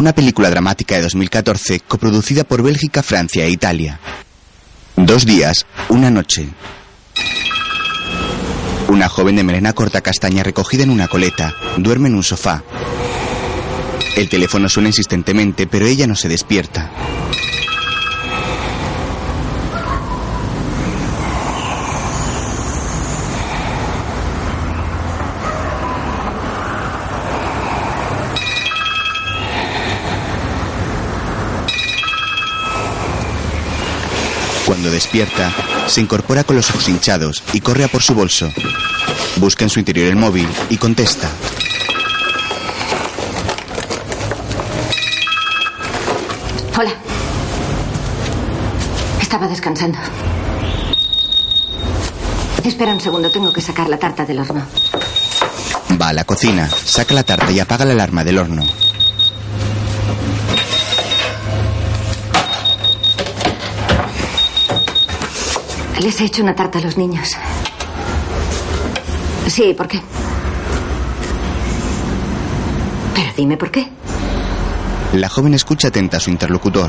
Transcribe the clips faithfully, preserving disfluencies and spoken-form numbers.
Una película dramática de dos mil catorce coproducida por Bélgica, Francia e Italia. Dos días, una noche. Una joven de melena corta castaña recogida en una coleta duerme en un sofá. El teléfono suena insistentemente, pero ella no se despierta. Cuando despierta, se incorpora con los ojos hinchados y corre a por su bolso. Busca en su interior el móvil y contesta. Hola. Estaba descansando. Espera un segundo, tengo que sacar la tarta del horno. Va a la cocina, saca la tarta y apaga la alarma del horno. Les he hecho una tarta a los niños. Sí, ¿por qué? Pero dime por qué. La joven escucha atenta a su interlocutor.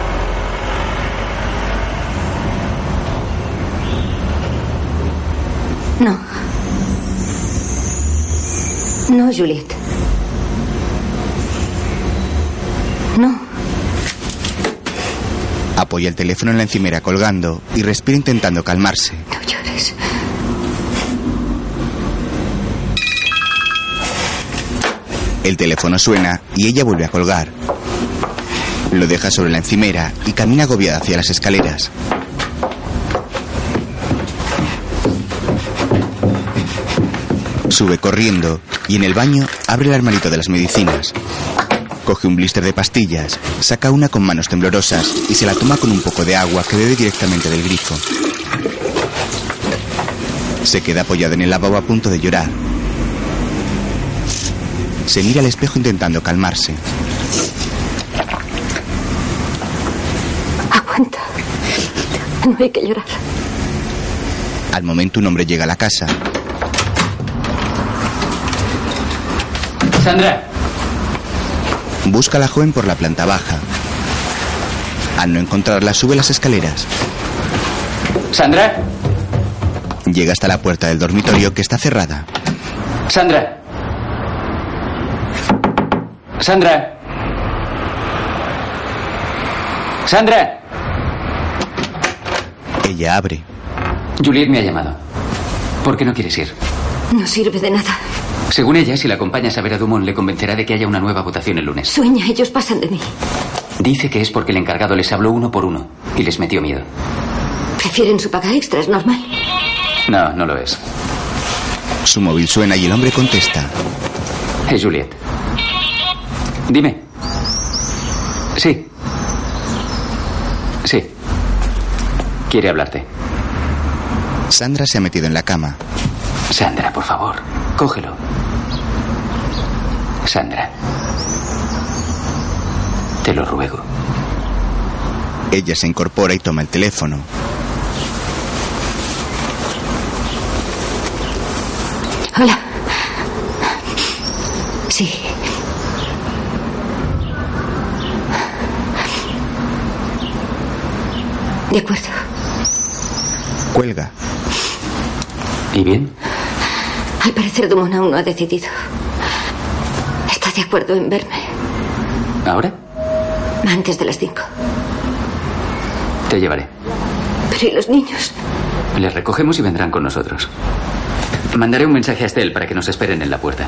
No. No, Juliet. No. Apoya el teléfono en la encimera colgando y respira intentando calmarse. No llores. El teléfono suena y ella vuelve a colgar. Lo deja sobre la encimera y camina agobiada hacia las escaleras. Sube corriendo y en el baño abre el armarito de las medicinas. Coge un blister de pastillas, saca una con manos temblorosas y se la toma con un poco de agua que bebe directamente del grifo. Se queda apoyada en el lavabo a punto de llorar. Se mira al espejo intentando calmarse. Aguanta. No hay que llorar. Al momento un hombre llega a la casa. Sandra. Busca a la joven por la planta baja. Al no encontrarla, sube las escaleras. Sandra. Llega hasta la puerta del dormitorio que está cerrada. Sandra. Sandra. Sandra. Ella abre. Juliet me ha llamado. ¿Por qué no quieres ir? No sirve de nada. Según ella, si la acompañas a ver a Dumont, le convencerá de que haya una nueva votación el lunes. Sueña, ellos pasan de mí. Dice que es porque el encargado les habló uno por uno y les metió miedo. Prefieren su paga extra, es normal. No, no lo es. Su móvil suena y el hombre contesta. Es Juliet. Dime. Sí. Sí. Quiere hablarte. Sandra se ha metido en la cama. Sandra, por favor, cógelo. Sandra. Te lo ruego. Ella se incorpora y toma el teléfono. Hola. Sí. De acuerdo. Cuelga. ¿Y bien? Al parecer Dumont aún no ha decidido. Está de acuerdo en verme. ¿Ahora? Antes de las cinco. Te llevaré. Pero ¿y los niños? Les recogemos y vendrán con nosotros. Mandaré un mensaje a Estelle para que nos esperen en la puerta.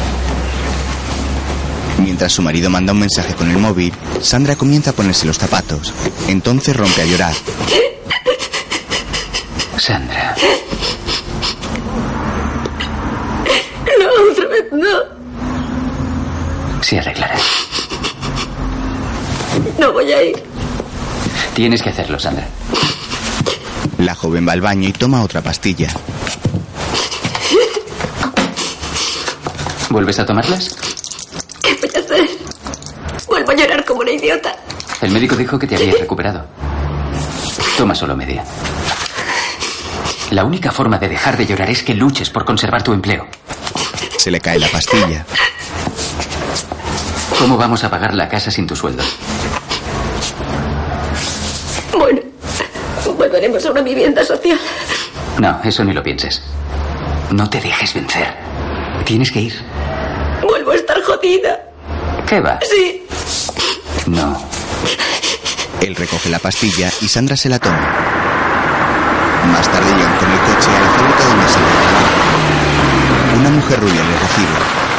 Mientras su marido manda un mensaje con el móvil, Sandra comienza a ponerse los zapatos. Entonces rompe a llorar. Sandra. No, otra vez no. Se arreglará. No voy a ir. Tienes que hacerlo, Sandra. La joven va al baño y toma otra pastilla. ¿Vuelves a tomarlas? ¿Qué voy a hacer? Vuelvo a llorar como una idiota. El médico dijo que te habías recuperado. Toma solo media. La única forma de dejar de llorar es que luches por conservar tu empleo. Se le cae la pastilla. ¿Cómo vamos a pagar la casa sin tu sueldo? Bueno, volveremos a una vivienda social. No, eso ni lo pienses. No te dejes vencer. Tienes que ir. Vuelvo a estar jodida. ¿Qué va? Sí. No. Él recoge la pastilla y Sandra se la toma. Más tarde llegan con el coche a la fábrica donde Sandra trabaja. Una mujer rubia les recibe.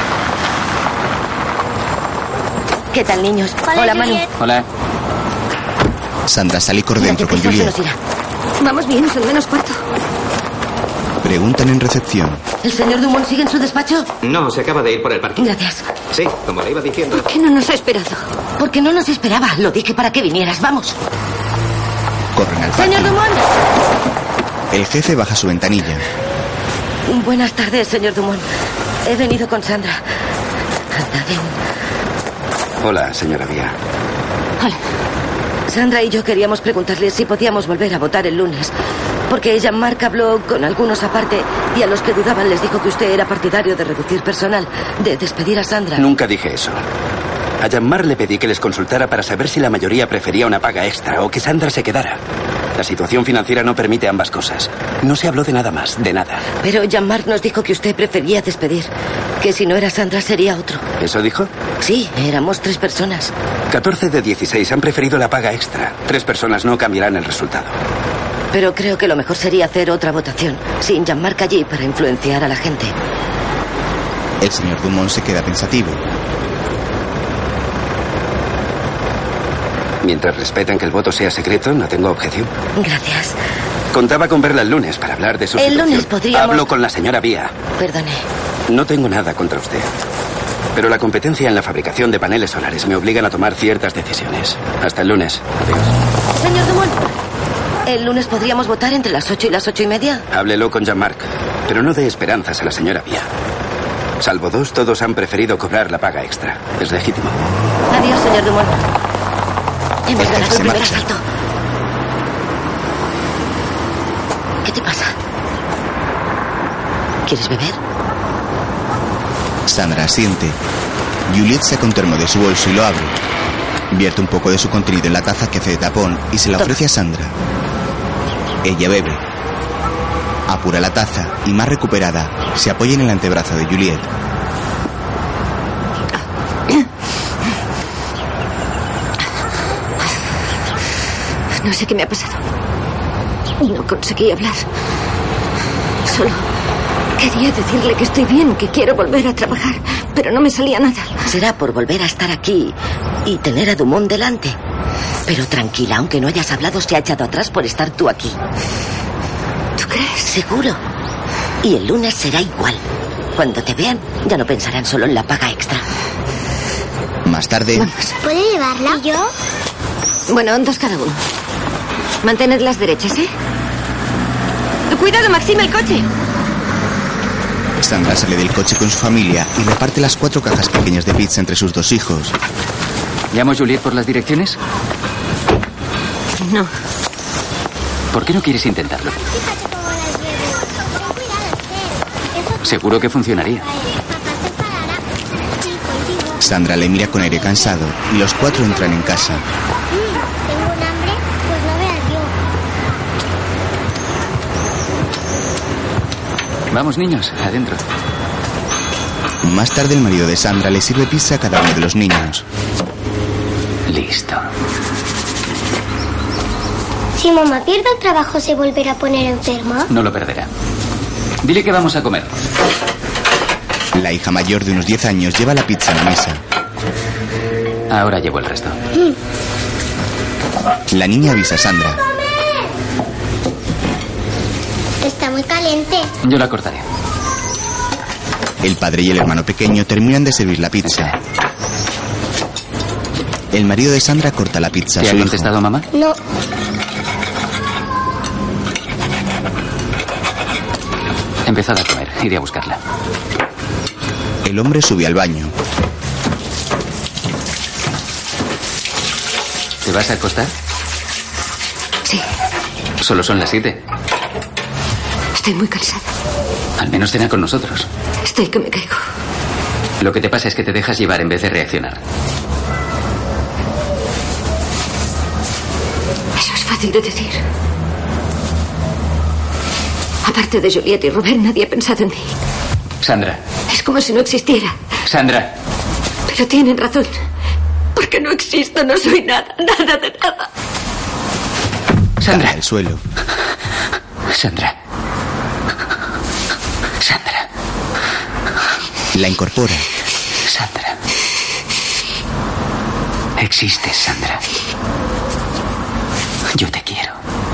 ¿Qué tal, niños? Hola, Hola, Manu. Juliet. Hola. Sandra sale por Mira, dentro qué con prisa se Juliet. nos irá. Vamos bien, es el menos cuarto. Preguntan en recepción. ¿El señor Dumont sigue en su despacho? No, se acaba de ir por el parking. Gracias. Sí, como le iba diciendo. ¿Por qué no nos ha esperado? Porque no nos esperaba. Lo dije para que vinieras. Vamos. Corren al Señor parking. Dumont. El jefe baja su ventanilla. Buenas tardes, señor Dumont. He venido con Sandra. Anda, ven. Hola, señora Vía. Hola. Sandra y yo queríamos preguntarle si podíamos volver a votar el lunes. Porque Jean-Marc habló con algunos aparte y a los que dudaban les dijo que usted era partidario de reducir personal, de despedir a Sandra. Nunca dije eso. A Jean-Marc le pedí que les consultara para saber si la mayoría prefería una paga extra o que Sandra se quedara. La situación financiera no permite ambas cosas. No se habló de nada más, de nada. Pero Jean-Marc nos dijo que usted prefería despedir. Que si no era Sandra sería otro. ¿Eso dijo? Sí, éramos tres personas. catorce de dieciséis han preferido la paga extra. Tres personas no cambiarán el resultado. Pero creo que lo mejor sería hacer otra votación, sin Jean-Marc allí para influenciar a la gente. El señor Dumont se queda pensativo. Mientras respeten que el voto sea secreto, no tengo objeción. Gracias. Contaba con verla el lunes para hablar de su El situación. lunes podríamos- Hablo con la señora Vía. Perdone. No tengo nada contra usted. Pero la competencia en la fabricación de paneles solares me obligan a tomar ciertas decisiones. Hasta el lunes. Adiós. Señor Dumont, ¿el lunes podríamos votar entre las ocho y las ocho y media? Háblelo con Jean-Marc, pero no dé esperanzas a la señora Vía. Salvo dos, todos han preferido cobrar la paga extra. Es legítimo. Adiós, señor Dumont. Hemos El jefe ganado se el primer marcha. asalto. ¿Qué te pasa? ¿Quieres beber? Sandra asiente. Juliet saca un termo de su bolso y lo abre. Vierte un poco de su contenido en la taza que hace de tapón y se la ofrece a Sandra. Ella bebe. Apura la taza y, más recuperada, se apoya en el antebrazo de Juliet. No sé qué me ha pasado. No conseguí hablar. Solo quería decirle que estoy bien, que quiero volver a trabajar, pero no me salía nada. Será por volver a estar aquí y tener a Dumont delante. Pero tranquila, aunque no hayas hablado, se ha echado atrás por estar tú aquí. ¿Tú crees? Seguro. Y el lunes será igual. Cuando te vean, ya no pensarán solo en la paga extra. Más tarde, Vamos. ¿Puedo llevarla? ¿Y yo? Bueno, dos cada uno. Mantened las derechas, ¿eh? Cuidado, Maxime, el coche. Sandra sale del coche con su familia y reparte las cuatro cajas pequeñas de pizza entre sus dos hijos. ¿Llamo a Juliet por las direcciones? No. ¿Por qué no quieres intentarlo? Fíjate cómo las llevo. Ten cuidado, Esther. Eso Seguro que funcionaría. papá se enfadará. Sí, contigo. Sandra le mira con aire cansado y los cuatro entran en casa. Mm, tengo un hambre, pues no veas yo. Vamos, niños, adentro. Más tarde, el marido de Sandra le sirve pizza a cada uno de los niños. Listo. Si mamá pierde el trabajo, ¿se volverá a poner enferma? No lo perderá. Dile que vamos a comer. La hija mayor de unos diez años lleva la pizza a la mesa. Ahora llevo el resto. La niña avisa a Sandra. Está muy caliente. Yo la cortaré. El padre y el hermano pequeño terminan de servir la pizza. El marido de Sandra corta la pizza a ¿Te ha su hijo. contestado mamá? No. Empezad a comer. Iré a buscarla. El hombre sube al baño. ¿Te vas a acostar? Sí, Solo son las siete. estoy muy cansada. Al menos cena con nosotros. Estoy que me caigo. Lo que te pasa es que te dejas llevar en vez de reaccionar. Eso es fácil de decir. Aparte de Juliette y Robert, nadie ha pensado en mí. Sandra. Es como si no existiera. Sandra. Pero tienen razón. Porque no existo, no soy nada, nada de nada. Sandra. Al suelo. Sandra. Sandra. La incorpora. Sandra. Existes, Sandra. Yo te quiero.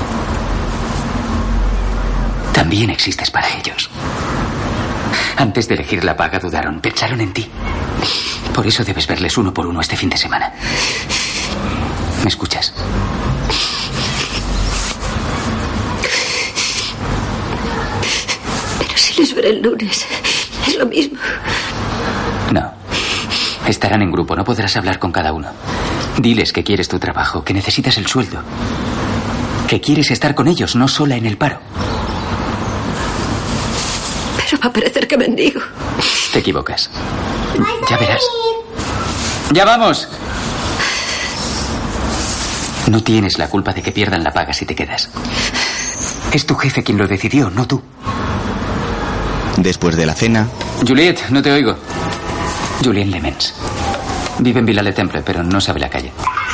También existes para ellos. Antes de elegir la paga dudaron, pensaron en ti. Por eso debes verles uno por uno este fin de semana. ¿Me escuchas? Pero si les veré el lunes, es lo mismo. No. Estarán en grupo, no podrás hablar con cada uno. Diles que quieres tu trabajo, que necesitas el sueldo. Que quieres estar con ellos, no sola en el paro. Pero va a parecer que mendigo. Te equivocas. Ya verás. ¡Ya vamos! No tienes la culpa de que pierdan la paga si te quedas. Es tu jefe quien lo decidió, no tú. Después de la cena... Juliette, no te oigo. Julien Lemens. Vive en Villale-Temple, pero no sabe la calle.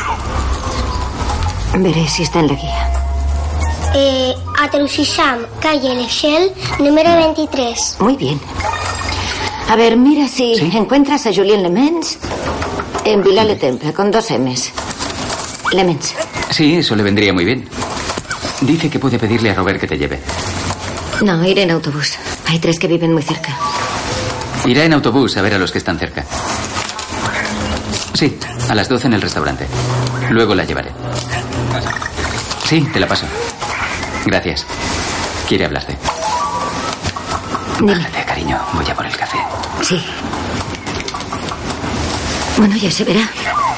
Veré si está en la guía. Eh, a Truchisam, calle Lechelle, número veintitrés. Muy bien. A ver, mira si ¿Sí? encuentras a Julien Lemens en Villale-Temple, con dos M's. Lemens. Sí, eso le vendría muy bien. Dice que puede pedirle a Robert que te lleve. No, iré en autobús. Hay tres que viven muy cerca. Irá en autobús a ver a los que están cerca. Sí, a las doce en el restaurante. Luego la llevaré. Sí, te la paso. Gracias. Quiere hablarte. Dime. Bájate, cariño. Voy a por el café. Sí. Bueno, ya se verá.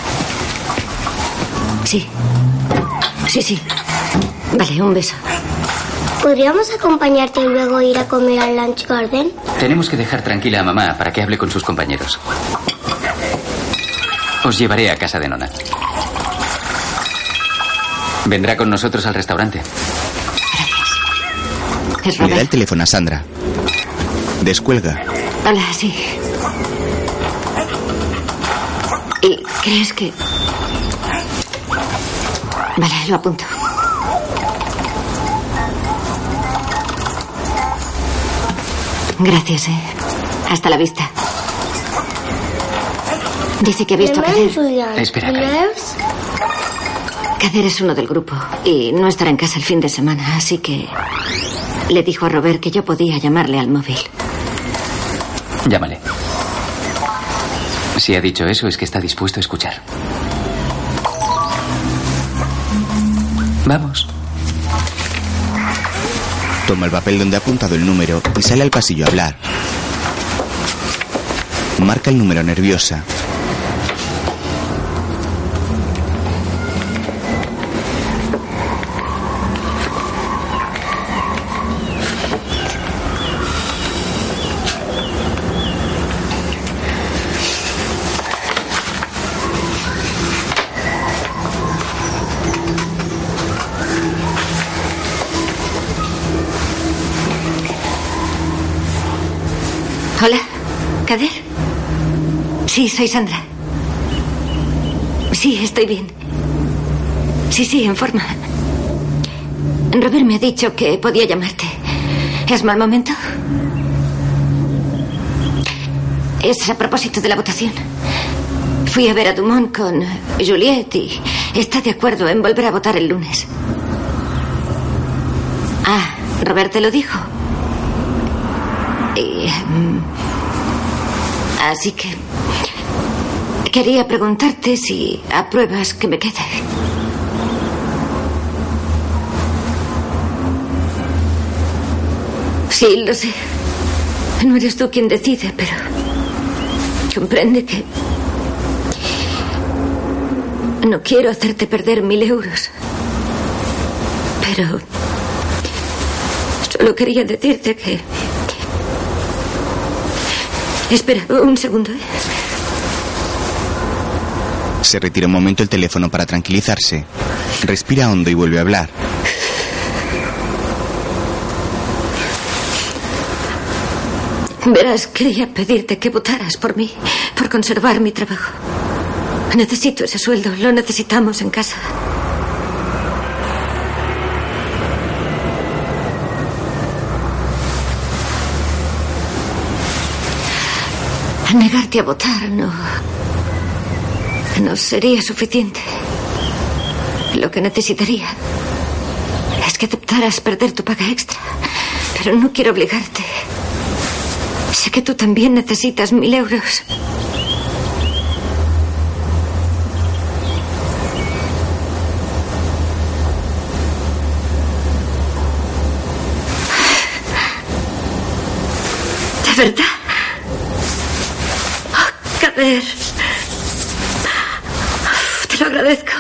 Sí. Sí, sí. Vale, un beso. ¿Podríamos acompañarte y luego ir a comer al Lunch Garden? Tenemos que dejar tranquila a mamá para que hable con sus compañeros. Os llevaré a casa de Nona. Vendrá con nosotros al restaurante. Es Le da el Robert. teléfono a Sandra. Descuelga. Hola, sí. ¿Y crees que...? Vale, lo apunto. Gracias, eh. Hasta la vista. Dice que ha visto a Lemens, Kader. Julian. Espera, Lemens. Kader es uno del grupo y no estará en casa el fin de semana, así que le dijo a Robert que yo podía llamarle al móvil. Llámale. Si ha dicho eso es que está dispuesto a escuchar. Vamos. Toma el papel donde ha apuntado el número y sale al pasillo a hablar. Marca el número nerviosa. Hola, ¿Kader? Sí, soy Sandra. Sí, estoy bien. Sí, sí, en forma. Robert me ha dicho que podía llamarte. ¿Es mal momento? Es a propósito de la votación. Fui a ver a Dumont con Juliette y está de acuerdo en volver a votar el lunes. Ah, Robert te lo dijo. Y, um, así que quería preguntarte si apruebas que me quede. Sí, lo sé. No eres tú quien decide, pero comprende que no quiero hacerte perder mil euros. Pero solo quería decirte que Espera, un segundo. ¿eh? Se retira un momento el teléfono para tranquilizarse. Respira hondo y vuelve a hablar. Verás, quería pedirte que votaras por mí, por conservar mi trabajo. Necesito ese sueldo, lo necesitamos en casa. Negarte a votar no... no sería suficiente. Lo que necesitaría es que aceptaras perder tu paga extra. Pero no quiero obligarte. Sé que tú también necesitas mil euros. ¿De verdad? Kader, te lo agradezco.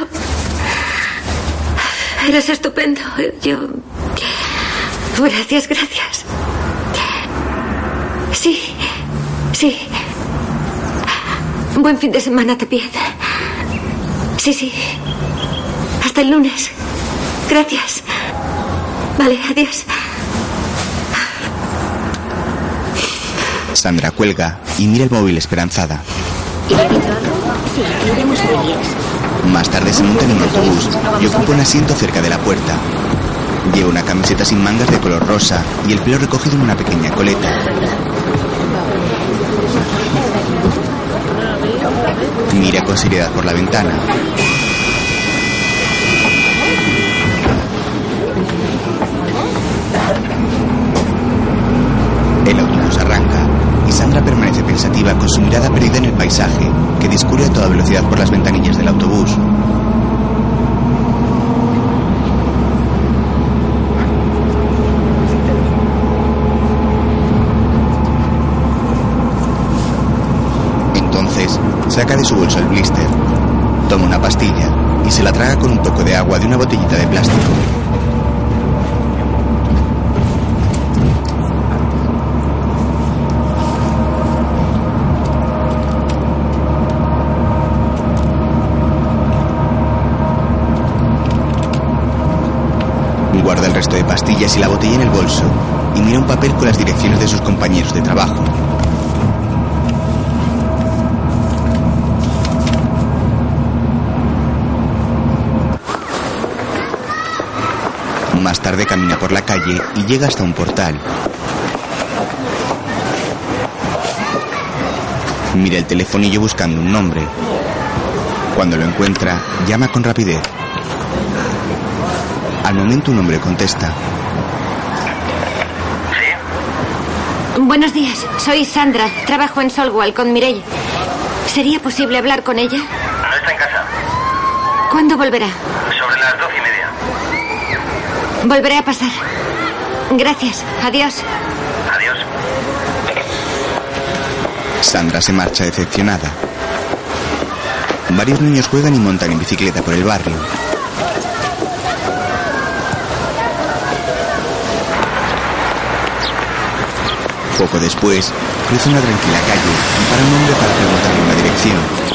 Eres estupendo. Yo... Gracias, gracias. Sí, sí. Buen fin de semana, te pido. Sí, sí. Hasta el lunes. Gracias. Vale, adiós. Sandra cuelga y mira el móvil esperanzada. Más tarde se monta en un autobús y ocupa un asiento cerca de la puerta. Lleva una camiseta sin mangas de color rosa y el pelo recogido en una pequeña coleta. Mira con seriedad por la ventana. El autobús arranca y Sandra permanece pensativa con su mirada perdida en el paisaje que discurre a toda velocidad por las ventanillas del autobús. Entonces saca de su bolso el blister, toma una pastilla y se la traga con un poco de agua de una botellita de plástico. Guarda el resto de pastillas y la botella en el bolso y mira un papel con las direcciones de sus compañeros de trabajo. Más tarde camina por la calle y llega hasta un portal. Mira el telefonillo buscando un nombre. Cuando lo encuentra, llama con rapidez. Al momento un hombre contesta. ¿Sí? Buenos días, soy Sandra. Trabajo en Solwall con Mireille. ¿Sería posible hablar con ella? No está en casa. ¿Cuándo volverá? Sobre las doce y media. Volveré a pasar. Gracias. Adiós. Adiós. Sandra se marcha decepcionada. Varios niños juegan y montan en bicicleta por el barrio. Poco después, cruza una tranquila calle y para un hombre para preguntarle una dirección.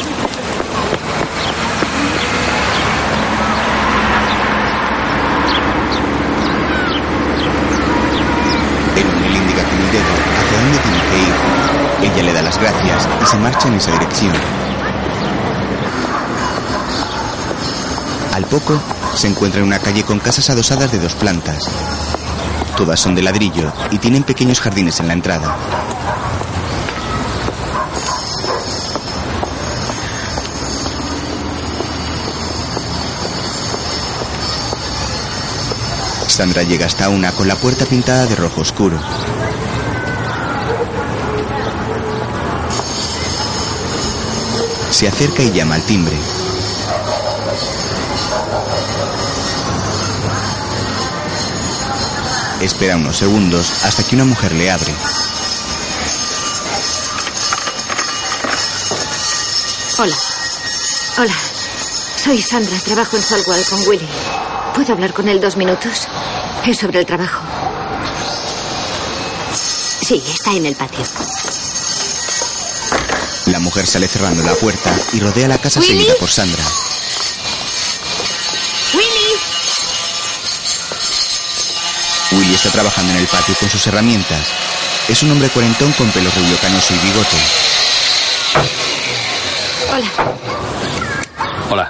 El hombre le indica con el dedo hacia dónde tiene que ir. Ella le da las gracias y se marcha en esa dirección. Al poco, se encuentra en una calle con casas adosadas de dos plantas. Todas son de ladrillo y tienen pequeños jardines en la entrada. Sandra llega hasta una con la puerta pintada de rojo oscuro. Se acerca y llama al timbre. Espera unos segundos hasta que una mujer le abre. Hola. Hola. Soy Sandra. Trabajo en Solwall con Willy. ¿Puedo hablar con él dos minutos? Es sobre el trabajo. Sí, está en el patio. La mujer sale cerrando la puerta y rodea la casa Willy. seguida por Sandra. ¡Willy! Willy está trabajando en el patio con sus herramientas. Es un hombre cuarentón con pelo rubio canoso y bigote. Hola. Hola.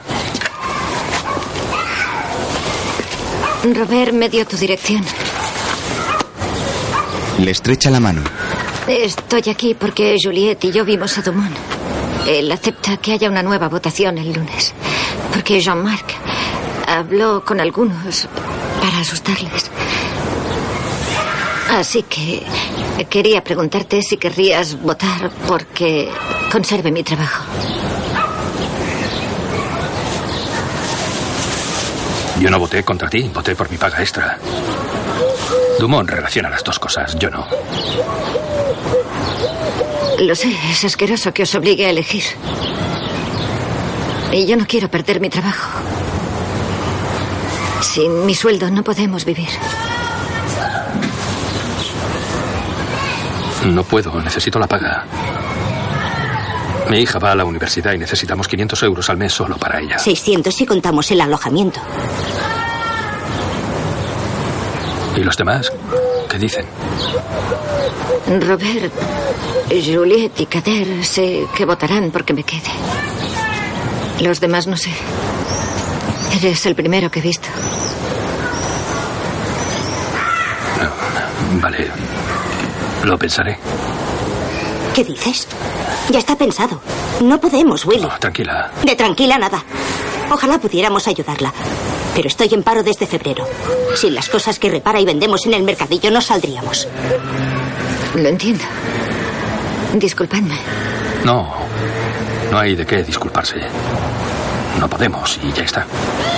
Robert me dio tu dirección. Le estrecha la mano. Estoy aquí porque Juliet y yo vimos a Dumont. Él acepta que haya una nueva votación el lunes. Porque Jean-Marc habló con algunos para asustarles. Así que quería preguntarte si querrías votar porque conserve mi trabajo. Yo no voté contra ti, voté por mi paga extra. Dumont relaciona las dos cosas, yo no. Lo sé, es asqueroso que os obligue a elegir. Y yo no quiero perder mi trabajo. Sin mi sueldo no podemos vivir. No puedo, necesito la paga. Mi hija va a la universidad y necesitamos quinientos euros al mes solo para ella. seiscientos si contamos el alojamiento. ¿Y los demás? ¿Qué dicen? Robert, Juliet y Kader sé que votarán porque me quede. Los demás no sé. Eres el primero que he visto. No, vale. Lo pensaré. ¿Qué dices? Ya está pensado. No podemos, Willy. No, tranquila. De tranquila nada. Ojalá pudiéramos ayudarla. Pero estoy en paro desde febrero. Sin las cosas que repara y vendemos en el mercadillo no saldríamos. Lo entiendo. Disculpadme. No, no hay de qué disculparse. No podemos y ya está.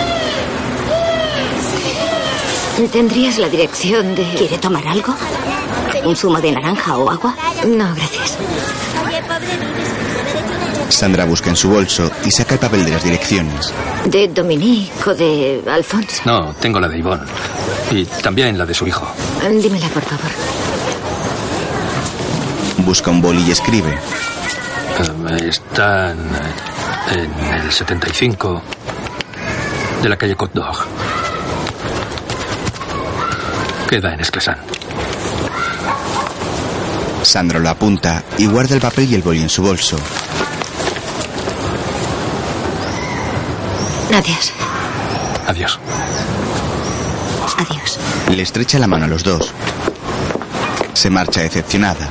¿Tendrías la dirección de...? ¿Quiere tomar algo? ¿Un zumo de naranja o agua? No, gracias. Sandra busca en su bolso y saca el papel de las direcciones. ¿De Dominique o de Alphonse? No, tengo la de Yvonne. Y también la de su hijo. Dímela, por favor. Busca un boli y escribe. Eh, están en el setenta y cinco de la calle Côte d'Or. Queda en Esclesán. Sandra lo apunta y guarda el papel y el boli en su bolso. Adiós. Adiós. Adiós. Le estrecha la mano a los dos. Se marcha decepcionada.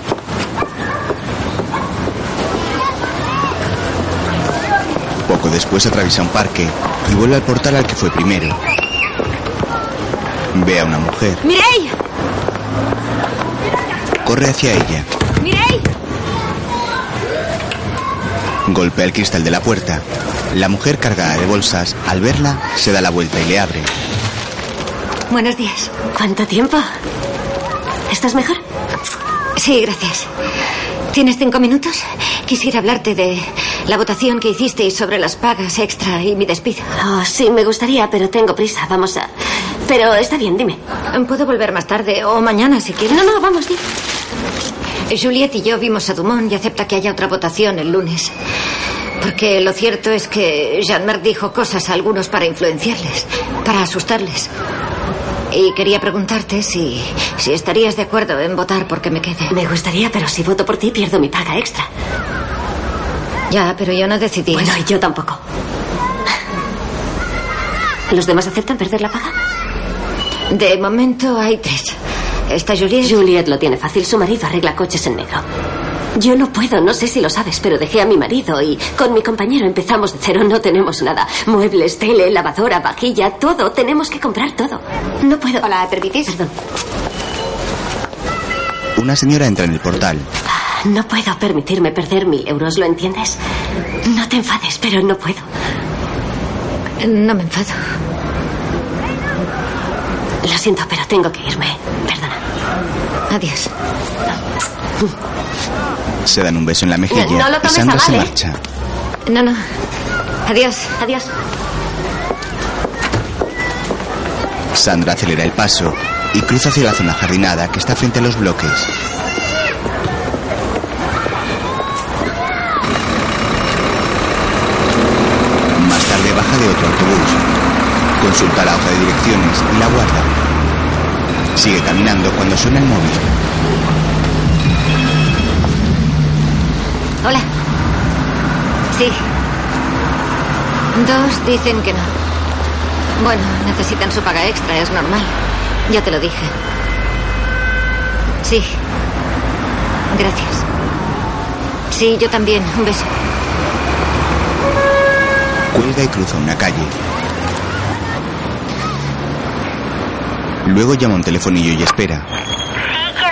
Poco después atraviesa un parque y vuelve al portal al que fue primero. Ve a una mujer. ¡Mireille! Corre hacia ella. ¡Mireille! Golpea el cristal de la puerta. La mujer cargada de bolsas, al verla, se da la vuelta y le abre. Buenos días. ¿Cuánto tiempo? ¿Estás mejor? Sí, gracias. ¿Tienes cinco minutos? Quisiera hablarte de la votación que hicisteis sobre las pagas extra y mi despido. Oh, sí, me gustaría, pero tengo prisa. Vamos a... Pero está bien, dime. Puedo volver más tarde o mañana si quieres. No, no, vamos, dime. Juliet y yo vimos a Dumont y acepta que haya otra votación el lunes. Porque lo cierto es que Jean-Marc dijo cosas a algunos para influenciarles, para asustarles. Y quería preguntarte si, si estarías de acuerdo en votar porque me quede. Me gustaría, pero si voto por ti pierdo mi paga extra. Ya, pero yo no decidí. Bueno, eso. y yo tampoco. ¿Los demás aceptan perder la paga? De momento hay tres. Está Juliet. Juliet lo tiene fácil. Su marido arregla coches en negro. Yo no puedo, no sé si lo sabes, pero dejé a mi marido y con mi compañero empezamos de cero. No tenemos nada. Muebles, tele, lavadora, vajilla, todo. Tenemos que comprar todo. No puedo. Hola, ¿permitís? Perdón. Una señora entra en el portal. No puedo permitirme perder mil euros, ¿lo entiendes? No te enfades, pero no puedo. No me enfado. Lo siento, pero tengo que irme. Perdona. Adiós. Se dan un beso en la mejilla No, no lo y tomes Sandra a se mal, ¿eh? marcha. No, no. Adiós. Adiós. Sandra acelera el paso y cruza hacia la zona jardinada que está frente a los bloques. de otro autobús. Consulta la hoja de direcciones y la guarda. Sigue caminando cuando suena el móvil. Hola. Sí. Dos dicen que no. Bueno, necesitan su paga extra, es normal. Ya te lo dije. Sí. Gracias. Sí, yo también. Un beso. Cuelga y cruza una calle. Luego llama a un telefonillo y espera. ¿Sí? ¿Quién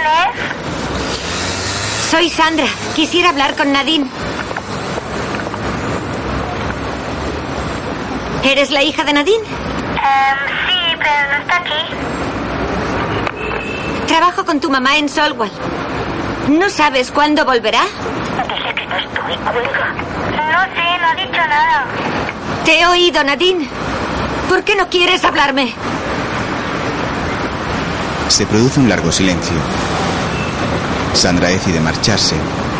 es? Soy Sandra. Quisiera hablar con Nadine. ¿Eres la hija de Nadine? Um, sí, pero no está aquí. Trabajo con tu mamá en Solwall. ¿No sabes cuándo volverá? Dile que no estoy, cuelga. No sé, no ha dicho nada. Te he oído, Nadine. ¿Por qué no quieres hablarme? Se produce un largo silencio. Sandra decide marcharse.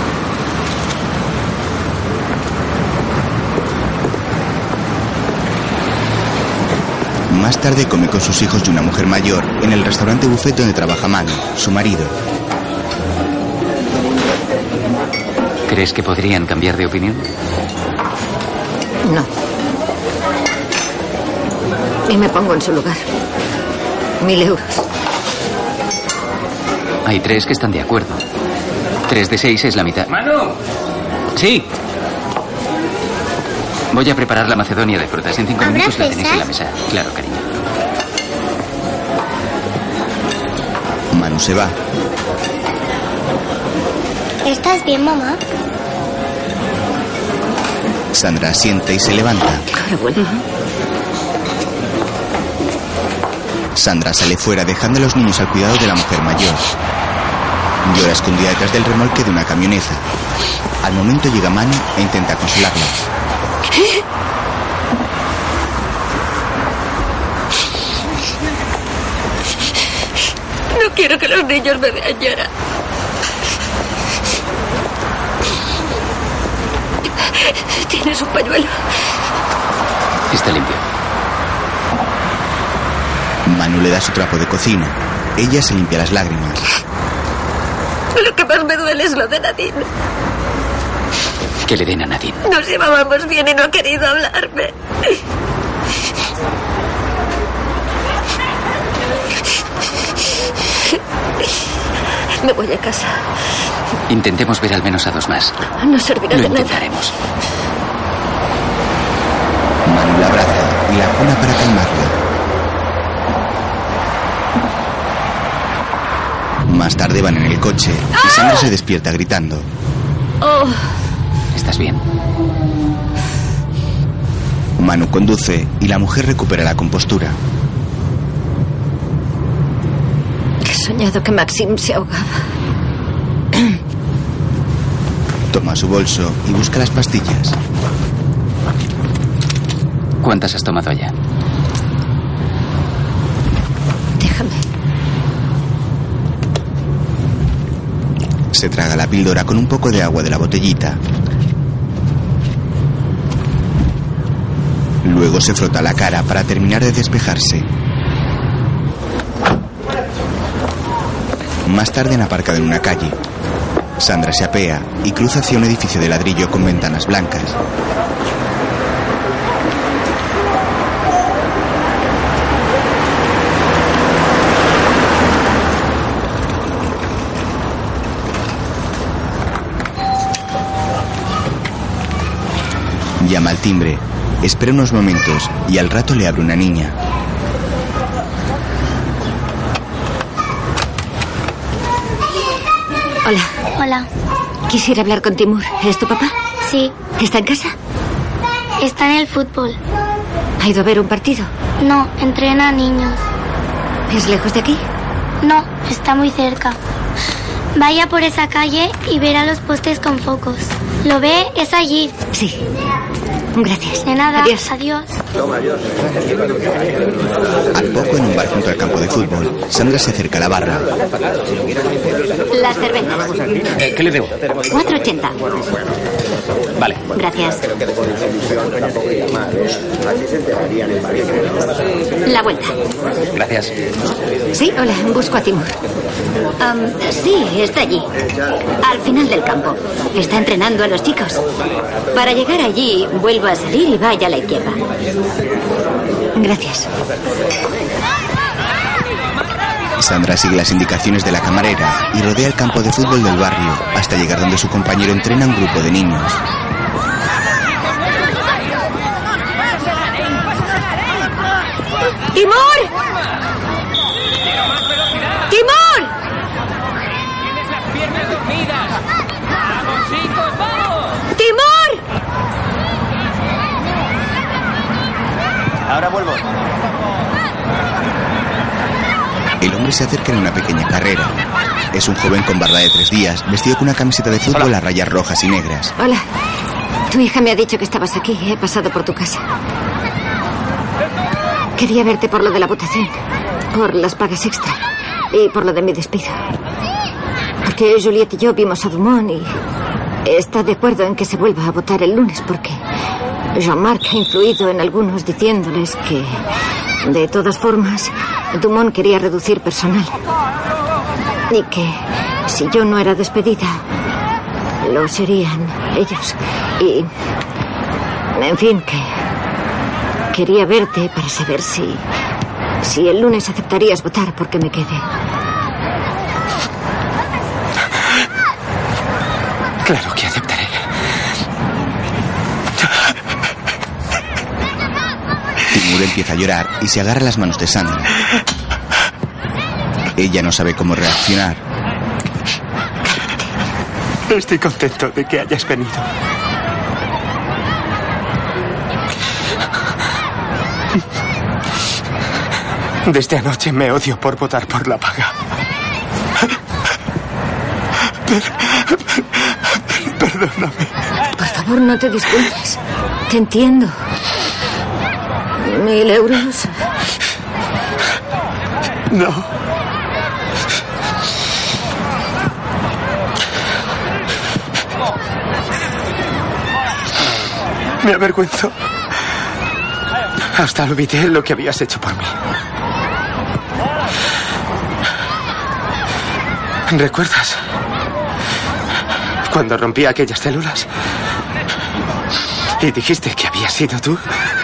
Más tarde come con sus hijos y una mujer mayor en el restaurante buffet donde trabaja Manu, su marido. ¿Crees que podrían cambiar de opinión? No. Y me pongo en su lugar. Mil euros. Hay tres que están de acuerdo. Tres de seis es la mitad. ¡Manu! Sí. Voy a preparar la macedonia de frutas. En cinco ¿Habrá minutos la tenéis en la fresas? mesa. Claro, cariño. Manu se va. ¿Estás bien, mamá? Sandra asiente y se levanta. Ahora vuelvo. Sandra sale fuera dejando a los niños al cuidado de la mujer mayor. Llora escondida detrás del remolque de una camioneta. Al momento llega Manu e intenta consolarla. No quiero que los niños me vean llorar. ¿Tienes un pañuelo? Está limpio. Manu le da su trapo de cocina. Ella se limpia las lágrimas. Lo que más me duele es lo de Nadine. Que le den a Nadine. Nos llevábamos bien y no ha querido hablarme. Me voy a casa. Intentemos ver al menos a dos más. No servirá Lo de nada. intentaremos. Manu la abraza y la cuna para calmarla. Más tarde van en el coche y Sandra se despierta gritando. Oh, ¿Estás bien? Manu conduce y la mujer recupera la compostura. he soñado que Maxim se ahogaba. Toma su bolso y busca las pastillas. ¿Cuántas has tomado ya? Déjame. Se traga la píldora con un poco de agua de la botellita. Luego se frota la cara para terminar de despejarse. Más tarde han aparcado en una calle. Sandra se apea y cruza hacia un edificio de ladrillo con ventanas blancas. Llama al timbre, espera unos momentos y al rato le abre una niña. Hola. Hola. Quisiera hablar con Timur. ¿Es tu papá? Sí. ¿Está en casa? Está en el fútbol. ¿Ha ido a ver un partido? No, entrena a niños. ¿Es lejos de aquí? No, está muy cerca. Vaya por esa calle y verá los postes con focos. ¿Lo ve? Es allí. Sí. Gracias. De nada. Adiós. Adiós. Al poco, en un bar junto al campo de fútbol, Sandra se acerca a la barra. Las cervezas. Eh, ¿Qué le debo? cuatro ochenta. Vale. Gracias. La vuelta. Gracias. Sí, hola, busco a Timur. Um, sí, está allí. Al final del campo. Está entrenando a los chicos. Para llegar allí, vuelvo a salir y vaya a la izquierda. Gracias. Sandra sigue las indicaciones de la camarera y rodea el campo de fútbol del barrio hasta llegar donde su compañero entrena a un grupo de niños. ¡Timur! ¡Timur! ¡Tienes las piernas dormidas! ¡Vamos, chicos, vamos! ¡Timur! Ahora vuelvo. El hombre se acerca en una pequeña carrera. Es un joven con barba de tres días, vestido con una camiseta de fútbol a rayas rojas y negras. Hola. Tu hija me ha dicho que estabas aquí. He pasado por tu casa. Quería verte por lo de la votación, por las pagas extra y por lo de mi despido. Porque Juliet y yo vimos a Dumont y está de acuerdo en que se vuelva a votar el lunes porque Jean-Marc ha influido en algunos diciéndoles que, de todas formas, Dumont quería reducir personal y que si yo no era despedida, lo serían ellos. Y, en fin, que quería verte para saber si, si el lunes aceptarías votar porque me quede. Claro que aceptaré. Timur empieza a llorar y se agarra las manos de Sandra. Ella no sabe cómo reaccionar. Estoy contento de que hayas venido. Desde anoche me odio por votar por la paga. Perdóname. Por favor, no te disculpes. Te entiendo. Mil euros. No. Me avergüenzo. Hasta olvidé lo que habías hecho por mí. ¿Recuerdas? Cuando rompí aquellas células y dijiste que había sido tú.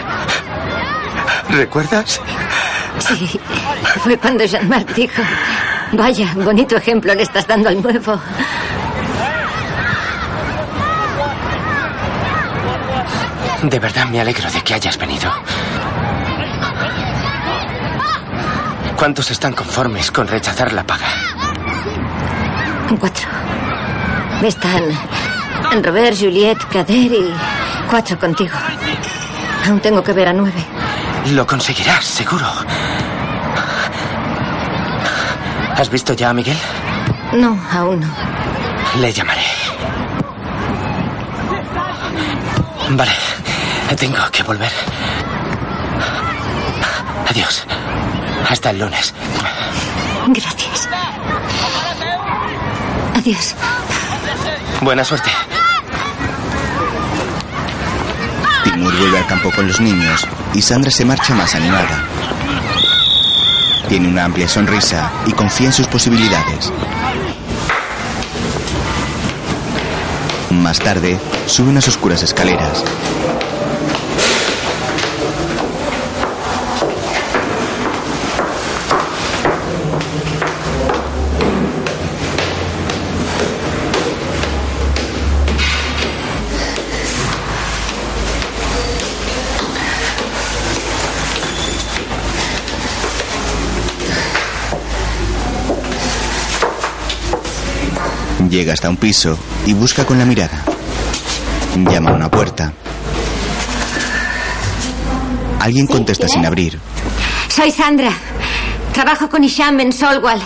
¿Recuerdas? Sí, fue cuando Jean-Marc dijo: vaya, bonito ejemplo le estás dando al nuevo. De verdad me alegro de que hayas venido. ¿Cuántos están conformes con rechazar la paga? Cuatro. Están Robert, Juliet, Kader y cuatro contigo. Aún tengo que ver a nueve. Lo conseguirás, seguro. ¿Has visto ya a Miguel? No, aún no. Le llamaré. Vale, tengo que volver. Adiós. Hasta el lunes. Gracias. Adiós. Buena suerte. Timur vuelve al campo con los niños y Sandra se marcha más animada. Tiene una amplia sonrisa y confía en sus posibilidades. Más tarde, sube unas oscuras escaleras. Llega hasta un piso y busca con la mirada. Llama a una puerta. Alguien contesta sin abrir. Soy Sandra. Trabajo con Isham en Solwall.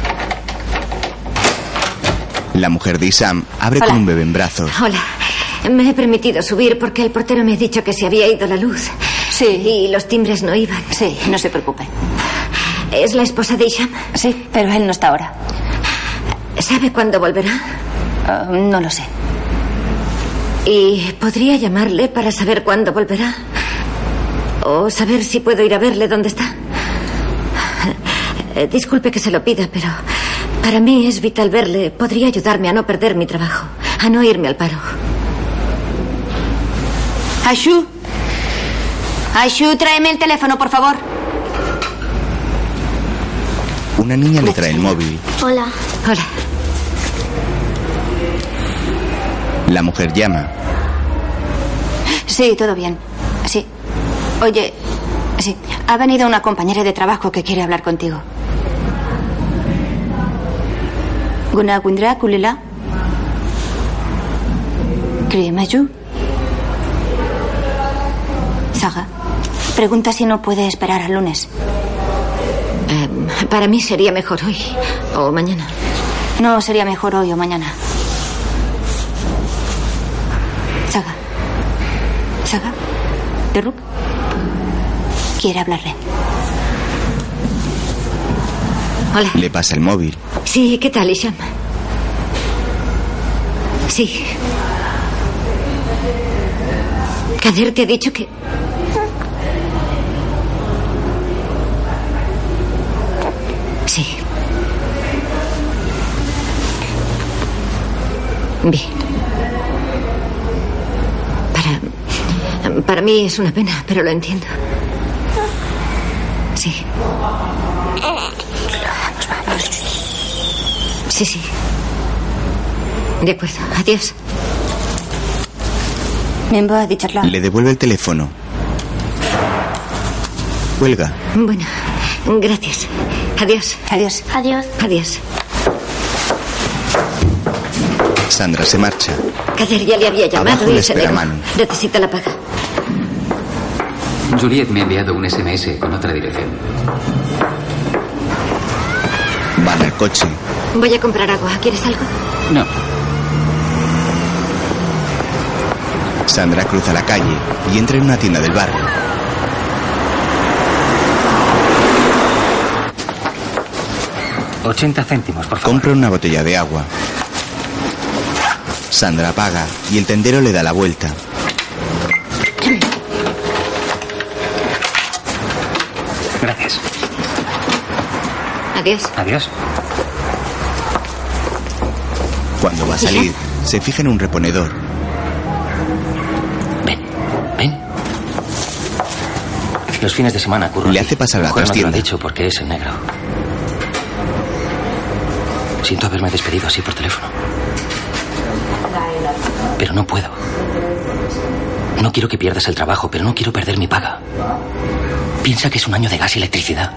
La mujer de Isham abre Hola. con un bebé en brazos. Hola. Me he permitido subir porque el portero me ha dicho que se había ido la luz. Sí. Y los timbres no iban. Sí, no se preocupe. ¿Es la esposa de Isham? Sí, pero él no está ahora. ¿Sabe cuándo volverá? Uh, no lo sé. ¿Y podría llamarle para saber cuándo volverá? O saber si puedo ir a verle dónde está. Eh, disculpe que se lo pida, pero para mí es vital verle. Podría ayudarme a no perder mi trabajo, a no irme al paro. Aishu. Aishu, tráeme el teléfono, por favor. Una niña le trae el móvil. Hola. Hola. La mujer llama. Sí, todo bien. Sí. Oye, sí. Ha venido una compañera de trabajo que quiere hablar contigo. Guna Gundra Kulila. Kriemaju. Saga. Pregunta si no puede esperar al lunes. Eh, para mí sería mejor hoy o mañana. No, sería mejor hoy o mañana. Saga. Saga. Deruk. Quiere hablarle. Hola. Le pasa el móvil. Sí, ¿qué tal, Isham? Sí. Kader te ha dicho que... Sí. Bien. Para... Para mí es una pena, pero lo entiendo. Sí. Sí, sí. De acuerdo. Adiós. Le devuelve el teléfono. Cuelga. Bueno, gracias. Adiós. Adiós. Adiós. Adiós. Sandra se marcha. Kader ya le había llamado Abajo y le se espera negó. Manu. Necesita la paga. Juliet me ha enviado un ese eme ese con otra dirección. Van al coche. Voy a comprar agua. ¿Quieres algo? No. Sandra cruza la calle y entra en una tienda del barrio. ochenta céntimos, por favor. Compra una botella de agua. Sandra paga y el tendero le da la vuelta. Gracias. Adiós. Adiós. Cuando va a salir, se fija en un reponedor. Los fines de semana curro. Le hace pasar a la Mujer no te lo trastienda. ha dicho porque es el negro. Siento haberme despedido así por teléfono. Pero no puedo. No quiero que pierdas el trabajo, pero no quiero perder mi paga. Piensa que es un año de gas y electricidad.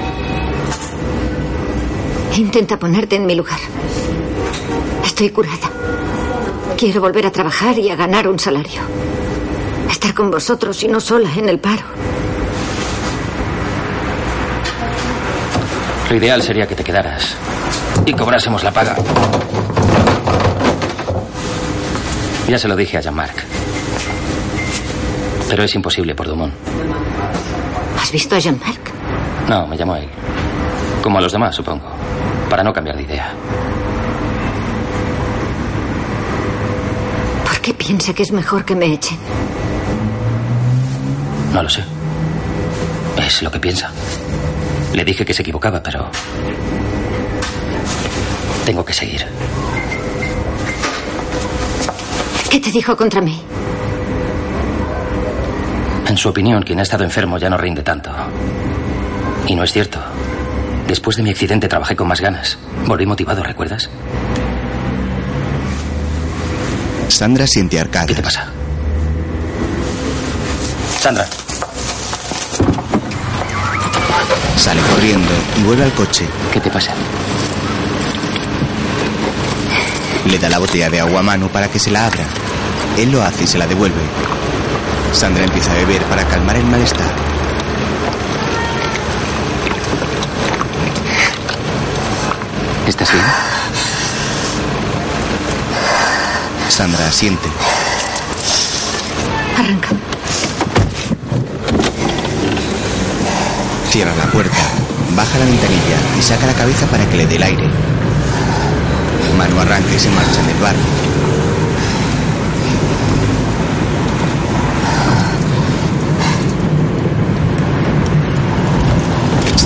Intenta ponerte en mi lugar. Estoy curada. Quiero volver a trabajar y a ganar un salario. Estar con vosotros y no sola en el paro. Lo ideal sería que te quedaras y cobrásemos la paga. Ya se lo dije a Jean-Marc. Pero es imposible por Dumont. ¿Has visto a Jean-Marc? No, me llamó él. Como a los demás, supongo. Para no cambiar de idea. ¿Por qué piensa que es mejor que me echen? No lo sé. Es lo que piensa. Le dije que se equivocaba, pero... tengo que seguir. ¿Qué te dijo contra mí? En su opinión, quien ha estado enfermo ya no rinde tanto. Y no es cierto. Después de mi accidente trabajé con más ganas. Volví motivado, ¿recuerdas? Sandra siente arcadas. ¿Qué te pasa? Sandra. Sale corriendo y vuelve al coche. ¿Qué te pasa? Le da la botella de agua a Manu para que se la abra. Él lo hace y se la devuelve. Sandra empieza a beber para calmar el malestar. ¿Estás bien? Sandra asiente. Arranca. Cierra la puerta, baja la ventanilla y saca la cabeza para que le dé el aire. Manu arranca y se marcha en el bar.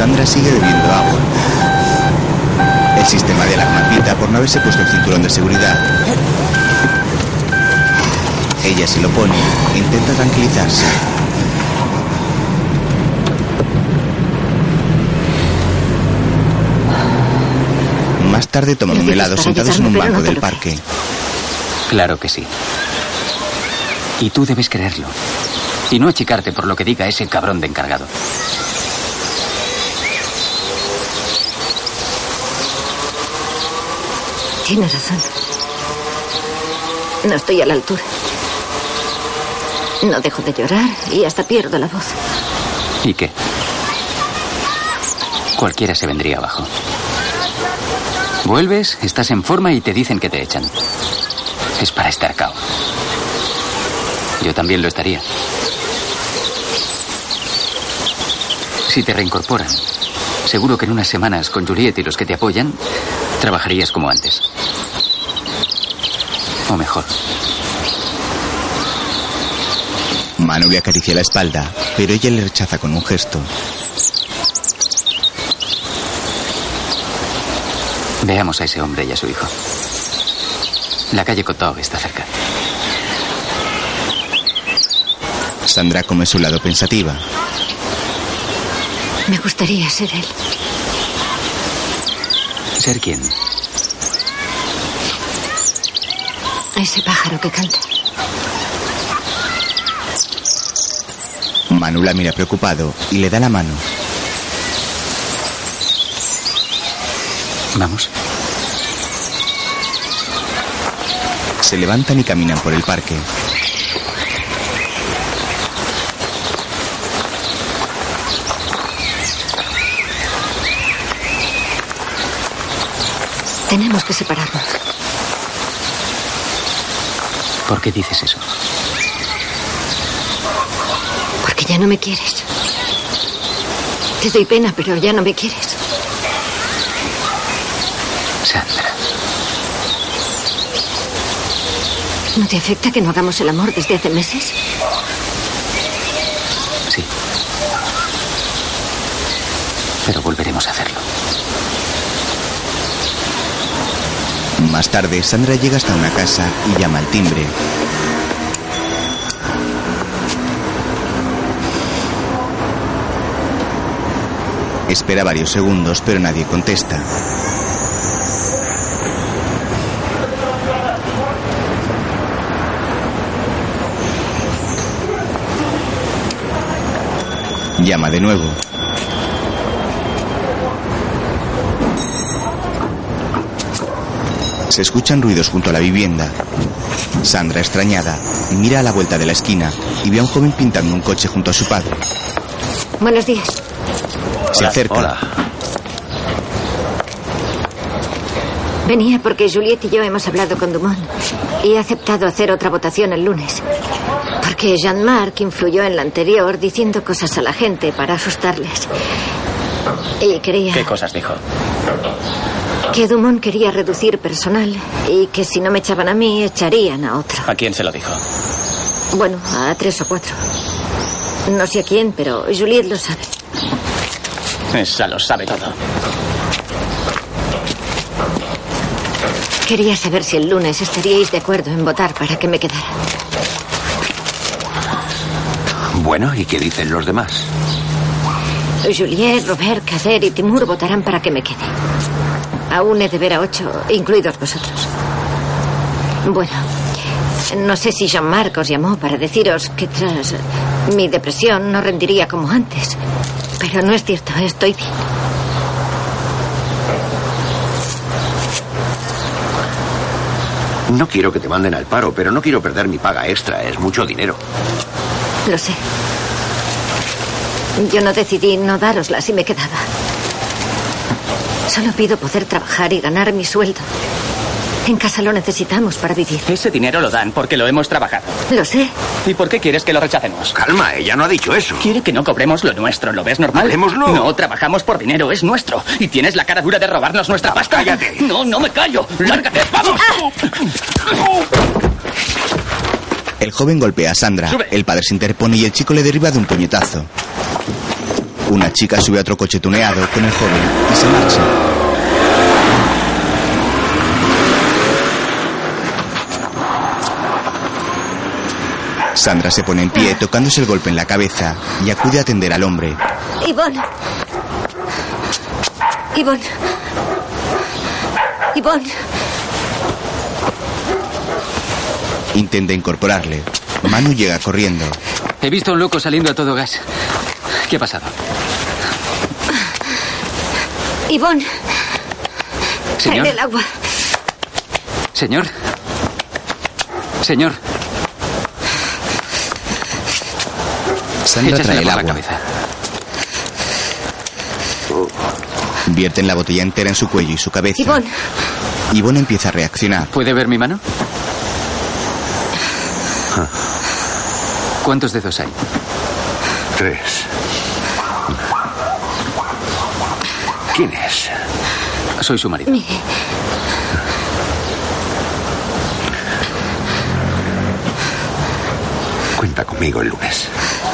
Sandra sigue bebiendo agua. El sistema de alarma pita por no haberse puesto el cinturón de seguridad. Ella se lo pone e intenta tranquilizarse. Más tarde toman un helado sentados en un banco del parque. Claro que sí. Y tú debes creerlo. Y no achicarte por lo que diga ese cabrón de encargado. Tienes razón. No estoy a la altura. No dejo de llorar y hasta pierdo la voz. ¿Y qué? Cualquiera se vendría abajo. Vuelves, estás en forma y te dicen que te echan. Es para estar cao. Yo también lo estaría. Si te reincorporan, seguro que en unas semanas con Juliet y los que te apoyan, trabajarías como antes. O mejor. Manu le acaricia la espalda, pero ella le rechaza con un gesto. Veamos a ese hombre y a su hijo. La calle Kotov está cerca. Sandra come su lado pensativa. Me gustaría ser él. ¿Ser quién? Ese pájaro que canta. Manu la mira preocupado y le da la mano. Vamos. Se levantan y caminan por el parque. Tenemos que separarnos. ¿Por qué dices eso? Porque ya no me quieres. Te doy pena, pero ya no me quieres. Sandra. ¿No te afecta que no hagamos el amor desde hace meses? Sí. Pero volveremos a hacerlo. Más tarde, Sandra llega hasta una casa y llama al timbre. Espera varios segundos, pero nadie contesta. Llama de nuevo. Se escuchan ruidos junto a la vivienda. Sandra, extrañada, mira a la vuelta de la esquina y ve a un joven pintando un coche junto a su padre. Buenos días. Se acerca. Hola. Venía porque Juliet y yo hemos hablado con Dumont y he aceptado hacer otra votación el lunes. Porque Jean-Marc influyó en la anterior diciendo cosas a la gente para asustarles. Y quería... ¿Qué cosas dijo? Que Dumont quería reducir personal y que si no me echaban a mí, echarían a otro. ¿A quién se lo dijo? Bueno, a tres o cuatro. No sé a quién, pero Juliet lo sabe. Esa lo sabe todo. Quería saber si el lunes estaríais de acuerdo en votar para que me quedara. Bueno, ¿y qué dicen los demás? Juliet, Robert, Kader y Timur votarán para que me quede. Aún he de ver a ocho, incluidos vosotros. Bueno, no sé si Jean-Marc os llamó para deciros que tras mi depresión no rendiría como antes. Pero no es cierto, estoy bien. No quiero que te manden al paro, pero no quiero perder mi paga extra. Es mucho dinero. Lo sé. Yo no decidí no dárosla si me quedaba. Solo pido poder trabajar y ganar mi sueldo. En casa lo necesitamos para vivir. Ese dinero lo dan porque lo hemos trabajado. Lo sé. ¿Y por qué quieres que lo rechacemos? Calma, ella no ha dicho eso. Quiere que no cobremos lo nuestro. ¿Lo ves normal? Hablemoslo. No trabajamos por dinero, es nuestro. ¿Y tienes la cara dura de robarnos nuestra pasta? Cállate. No, no me callo. Lárgate. ¡Vamos! El joven golpea a Sandra. Sube. El padre se interpone y el chico le derriba de un puñetazo. Una chica sube a otro coche tuneado con el joven y se marcha. Sandra se pone en pie tocándose el golpe en la cabeza y acude a atender al hombre. Ivonne. Ivonne. Ivonne. Intenta incorporarle. Manu llega corriendo. He visto a un loco saliendo a todo gas. ¿Qué ha pasado? Ivonne. Señor. Trae el agua. Señor. Señor. Sandra Échasela trae el por agua. la cabeza. Vierten la botella entera en su cuello y su cabeza. Ivonne. Ivonne empieza a reaccionar. ¿Puede ver mi mano? ¿Cuántos dedos hay? Tres. ¿Quién es? Soy su marido. Mire. Cuenta conmigo el lunes.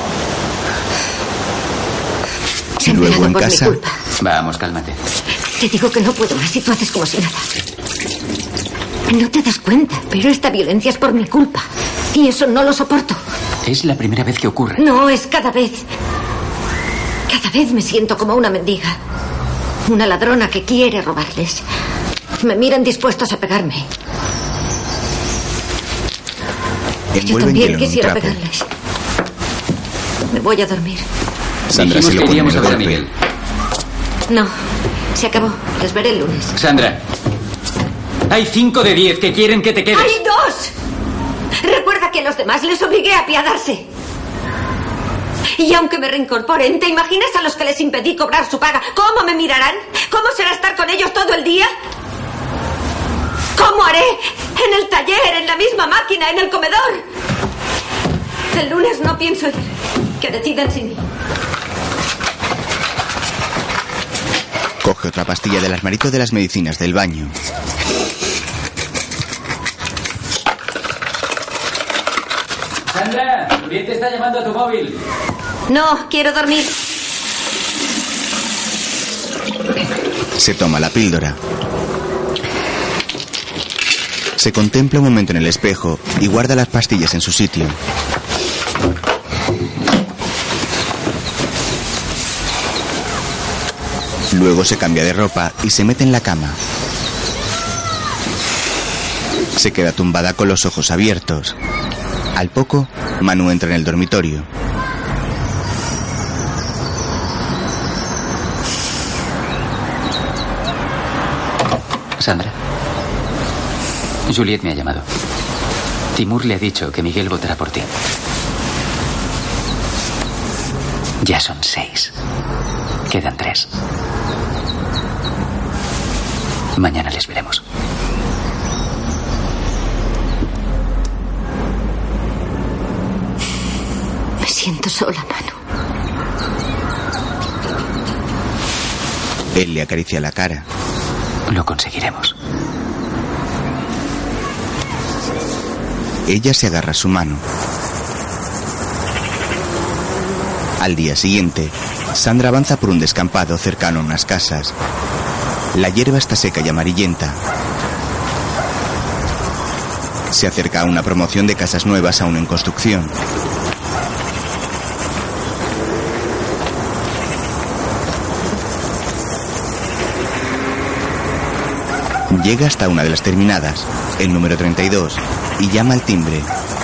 Y luego en por mi casa. culpa. Vamos, cálmate. Te digo que no puedo más y tú haces como si nada. No te das cuenta, pero esta violencia es por mi culpa. Y eso no lo soporto. Es la primera vez que ocurre. No, es cada vez. Cada vez me siento como una mendiga. Una ladrona que quiere robarles. Me miran dispuestos a pegarme. Yo Envuelven también hielo en un quisiera trapo. pegarles. Me voy a dormir. Sandra se Dijimos lo que pone en iríamos el a ver a golpe. Miguel. No, se acabó. Les veré el lunes. Sandra. Hay cinco de diez que quieren que te quedes. ¡Hay dos! Recuerda que a los demás les obligué a apiadarse. Y aunque me reincorporen, ¿te imaginas a los que les impedí cobrar su paga? ¿Cómo me mirarán? ¿Cómo será estar con ellos todo el día? ¿Cómo haré? En el taller, en la misma máquina, en el comedor. El lunes no pienso ir. Que decidan sin mí. Coge otra pastilla del armarito de las medicinas del baño. Sandra, Juliet te está llamando a tu móvil. No, quiero dormir. Se toma la píldora. Se contempla un momento en el espejo y guarda las pastillas en su sitio. Luego se cambia de ropa y se mete en la cama. Se queda tumbada con los ojos abiertos. Al poco, Manu entra en el dormitorio. Sandra. Juliet me ha llamado. Timur le ha dicho que Miguel votará por ti. Ya son seis. Quedan tres. Mañana les veremos. Me siento sola, Manu. Él le acaricia la cara. Lo conseguiremos. Ella se agarra a su mano. Al día siguiente, Sandra avanza por un descampado cercano a unas casas. La hierba está seca y amarillenta. Se acerca a una promoción de casas nuevas aún en construcción. Llega hasta una de las terminadas, el número treinta y dos, y llama al timbre.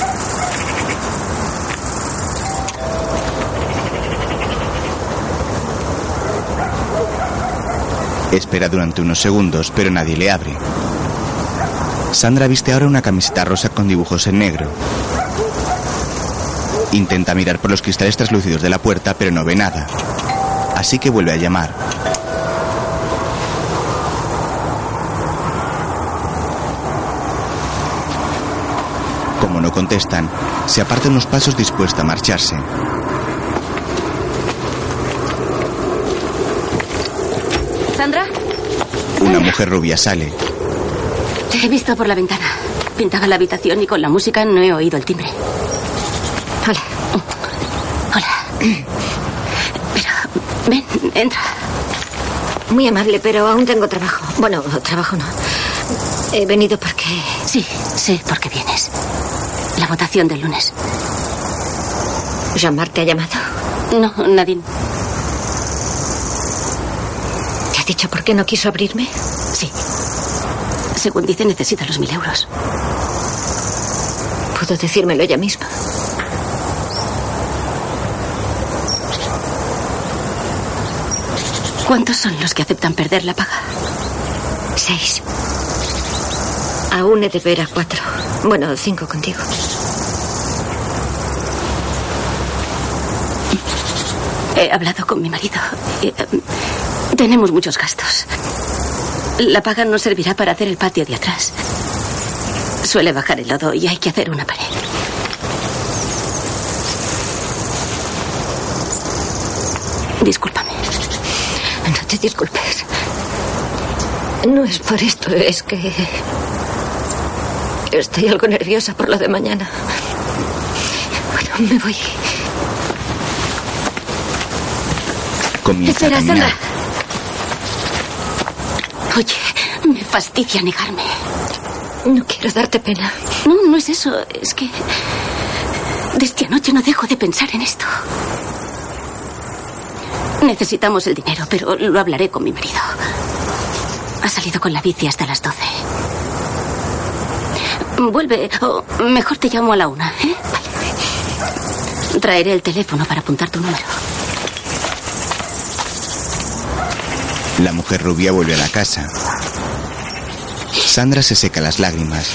Espera durante unos segundos, pero nadie le abre. Sandra viste ahora una camiseta rosa con dibujos en negro. Intenta mirar por los cristales translúcidos de la puerta, pero no ve nada. Así que vuelve a llamar. Como no contestan, se aparta unos pasos dispuesta a marcharse. ¿Sandra? Una mujer rubia sale. Te he visto por la ventana. Pintaba la habitación y con la música no he oído el timbre. Hola. Hola. Pero Ven, entra. Muy amable, pero aún tengo trabajo. Bueno, trabajo no. He venido porque... Sí, sé por qué vienes. La votación del lunes. ¿Jean-Marc te ha llamado? No, Nadine. ¿Te ha dicho por qué no quiso abrirme? Sí. Según dice, necesita los mil euros. Pudo decírmelo ella misma. ¿Cuántos son los que aceptan perder la paga? Seis. Aún he de ver a cuatro. Bueno, cinco contigo. He hablado con mi marido. Tenemos muchos gastos. La paga no servirá para hacer el patio de atrás. Suele bajar el lodo y hay que hacer una pared. Discúlpame. No te disculpes. No es por esto, es que... estoy algo nerviosa por lo de mañana. Bueno, me voy. Comienza Espera, a caminar. Sandra. Oye, me fastidia negarme. No quiero darte pena. No, no es eso. Es que... desde anoche no dejo de pensar en esto. Necesitamos el dinero, pero lo hablaré con mi marido. Ha salido con la bici hasta las doce. Vuelve, o mejor te llamo a la una, ¿eh? Vale. Traeré el teléfono para apuntar tu número. La mujer rubia vuelve a la casa. Sandra se seca las lágrimas.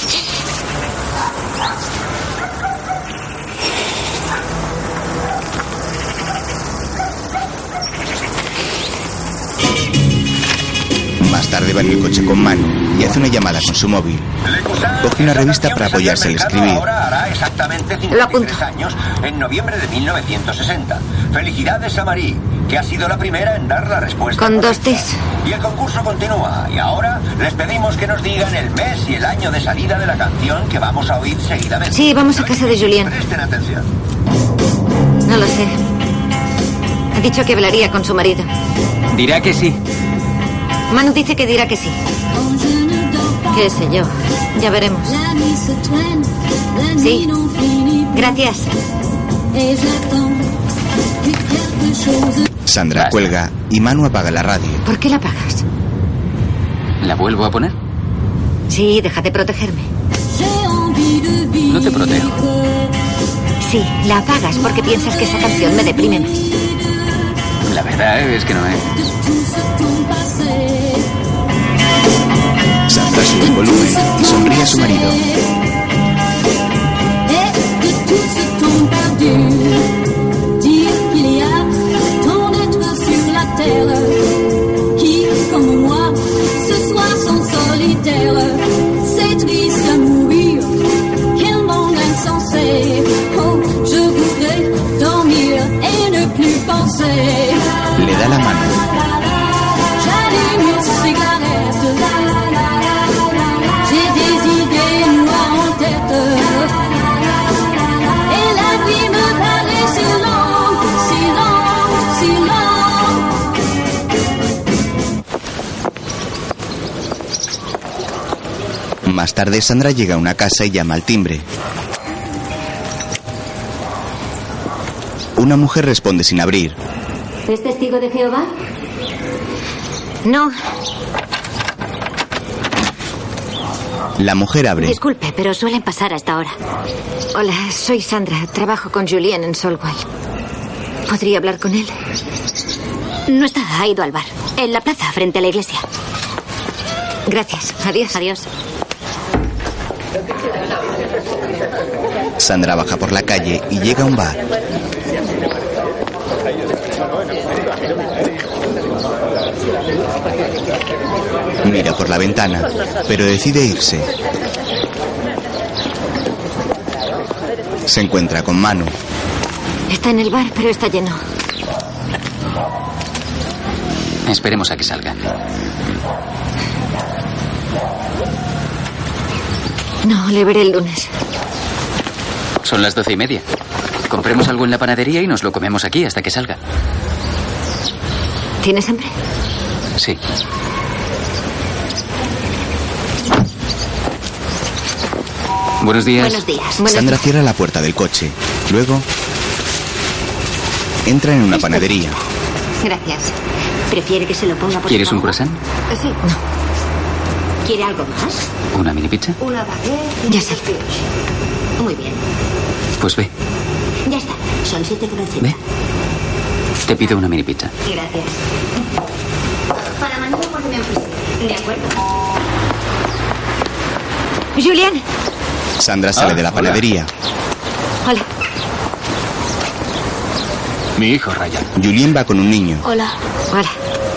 Más tarde va en el coche con Manu y hace una llamada con su móvil. Coge una revista para apoyarse al escribir. Ahora hará exactamente cincuenta y tres años en noviembre de mil novecientos sesenta. Felicidades a Marie, que ha sido la primera en dar la respuesta Con correcta. dos T's. Y el concurso continúa. Y ahora les pedimos que nos digan el mes y el año de salida de la canción que vamos a oír seguidamente. Sí, vamos a casa de Julien. Presten atención. No lo sé. Ha dicho que hablaría con su marido. Dirá que sí. Manu dice que dirá que sí. Qué sé yo. Ya veremos. Sí. Gracias. Sandra Basta. cuelga y Manu apaga la radio. ¿Por qué la apagas? ¿La vuelvo a poner? Sí, deja de protegerme. No te protejo. Sí, la apagas porque piensas que esa canción me deprime más. La verdad es que no es. Sandra sube el volumen y sonríe a su marido. Le da la mano. Más tarde Sandra llega a una casa y llama al timbre. Una mujer responde sin abrir. ¿Es testigo de Jehová? No. La mujer abre. Disculpe, pero suelen pasar a esta hora. Hola, soy Sandra. Trabajo con Julien en Solway. ¿Podría hablar con él? No está, ha ido al bar. En la plaza, frente a la iglesia. Gracias. Adiós. Adiós. Sandra baja por la calle y llega a un bar. Mira por la ventana, pero decide irse. Se encuentra con Manu. Está en el bar, pero está lleno. Esperemos a que salga. No, le veré el lunes. Son las doce y media. Compremos algo en la panadería y nos lo comemos aquí hasta que salga. ¿Tienes hambre? Sí. Buenos días. Buenos días. Buenos Sandra días. cierra la puerta del coche. Luego entra en una panadería. Gracias. ¿Prefiere que se lo ponga por ¿Quieres un favor? croissant? Sí. No. ¿Quiere algo más? ¿Una mini pizza? Una baguette. Ya sé. Muy bien. Pues ve, Ya está. Son siete con ochenta. ve. Te pido una mini pizza. Gracias. Para mañana porque me ofrece. De acuerdo. Julián. Sandra sale Ah, de la hola. panadería. Hola. Mi hijo, Ryan. Julien va con un niño. Hola. Hola.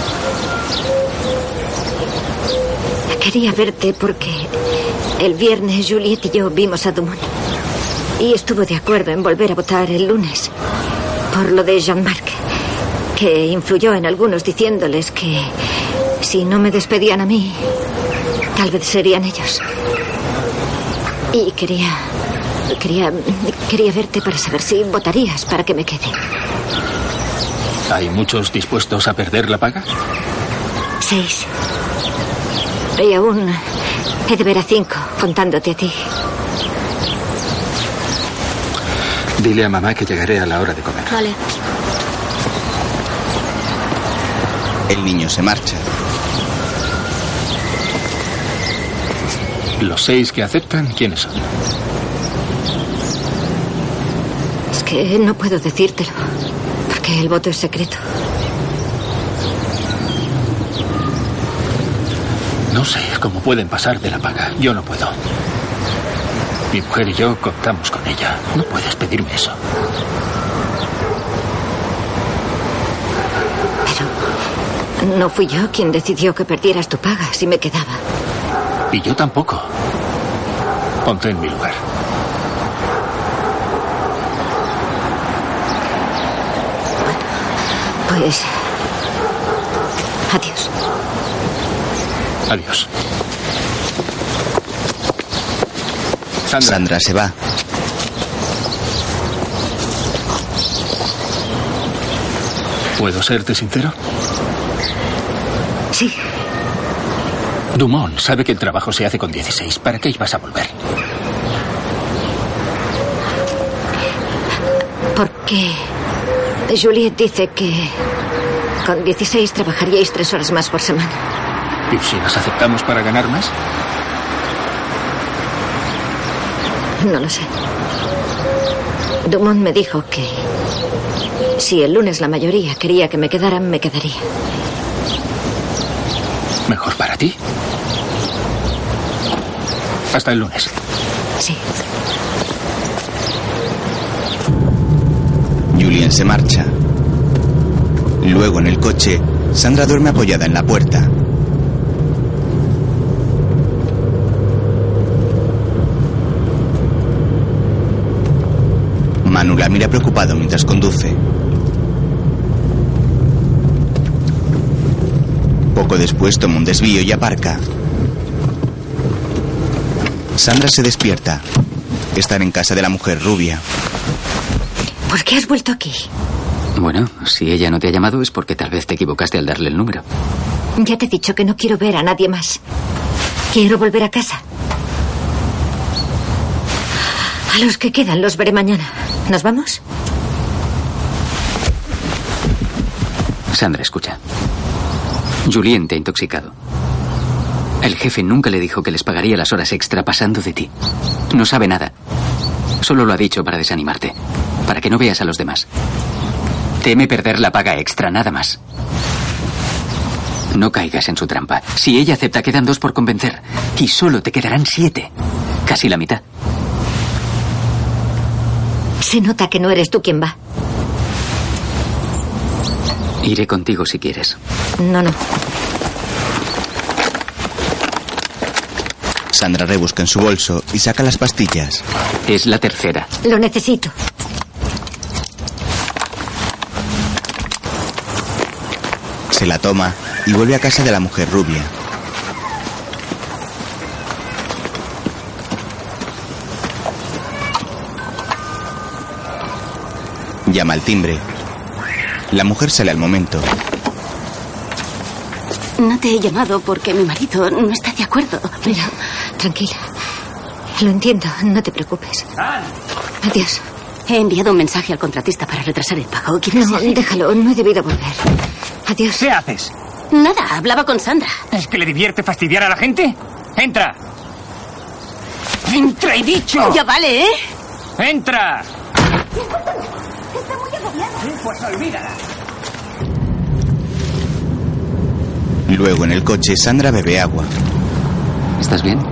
Quería verte porque el viernes Juliette y yo vimos a Dumont. Y estuvo de acuerdo en volver a votar el lunes. Por lo de Jean-Marc. Que influyó en algunos diciéndoles que si no me despedían a mí, tal vez serían ellos. Y quería... Quería... Quería verte para saber si votarías para que me quede. ¿Hay muchos dispuestos a perder la paga? Seis. Y aún he de ver a cinco, contándote a ti. Dile a mamá que llegaré a la hora de comer. Vale. El niño se marcha. ¿Los seis que aceptan, quiénes son? Es que no puedo decírtelo, porque el voto es secreto. No sé cómo pueden pasar de la paga. Yo no puedo. Mi mujer y yo contamos con ella. No puedes pedirme eso. Pero no fui yo quien decidió que perdieras tu paga si me quedaba. Y yo tampoco. Ponte en mi lugar. Pues... Adiós. Adiós. Sandra. Sandra se va. ¿Puedo serte sincero? Sí. Dumont sabe que el trabajo se hace con dieciséis. ¿Para qué ibas a volver? Porque Juliette dice que con dieciséis trabajaríais tres horas más por semana. ¿Y si las aceptamos para ganar más? No lo sé. Dumont me dijo que si el lunes la mayoría quería que me quedara, me quedaría. ¿Mejor para ti? Hasta el lunes. Sí. Julien se marcha. Luego, en el coche, Sandra duerme apoyada en la puerta. Manu la mira preocupado mientras conduce. Poco después toma un desvío y aparca. Sandra se despierta. Están en casa de la mujer rubia. ¿Por qué has vuelto aquí? Bueno, si ella no te ha llamado es porque tal vez te equivocaste al darle el número. Ya te he dicho que no quiero ver a nadie más. Quiero volver a casa. A los que quedan los veré mañana. ¿Nos vamos? Sandra, escucha. Julien te ha intoxicado. El jefe nunca le dijo que les pagaría las horas extra pasando de ti. No sabe nada. Solo lo ha dicho para desanimarte. Para que no veas a los demás. Teme perder la paga extra, nada más. No caigas en su trampa. Si ella acepta, quedan dos por convencer. Y solo te quedarán siete. Casi la mitad. Se nota que no eres tú quien va. Iré contigo si quieres. No, no. Sandra rebusca en su bolso y saca las pastillas. Es la tercera. Lo necesito. Se la toma y vuelve a casa de la mujer rubia. Llama al timbre. La mujer sale al momento. No te he llamado porque mi marido no está de acuerdo, pero... Tranquila. Lo entiendo, no te preocupes. Adiós. He enviado un mensaje al contratista para retrasar el pago. No, déjalo, no he debido volver. Adiós. ¿Qué haces? Nada, hablaba con Sandra. ¿Es que le divierte fastidiar a la gente? ¡Entra! ¡Entra, he dicho! Ya vale, ¿eh? ¡Entra! Pues olvídala. Luego en el coche, Sandra bebe agua. ¿Estás bien?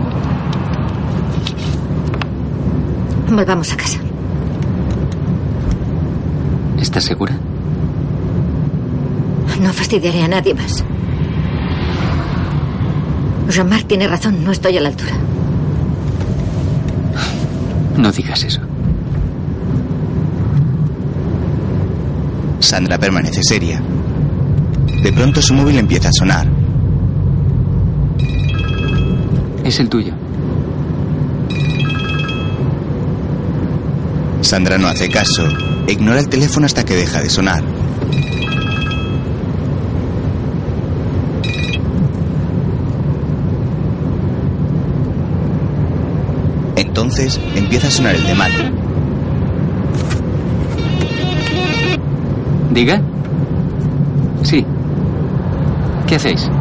Volvamos a casa. ¿Estás segura? No fastidiaré a nadie más. Jean-Marc tiene razón, no estoy a la altura. No digas eso. Sandra permanece seria. De pronto su móvil empieza a sonar. Es el tuyo. Sandra no hace caso e ignora el teléfono hasta que deja de sonar. Entonces empieza a sonar el de Manu. ¿Diga? Sí. ¿Qué hacéis?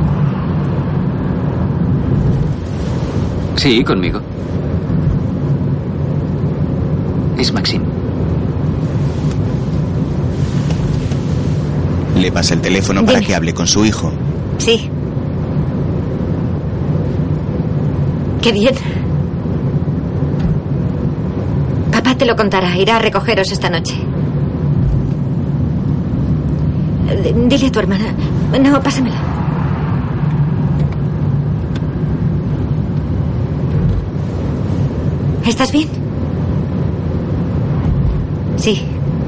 Sí, conmigo. Es Maxim. Le pasa el teléfono Dime. para que hable con su hijo. Sí. Qué bien. Papá te lo contará. Irá a recogeros esta noche. D- Dile a tu hermana. No, pásamela. ¿Estás bien? Sí.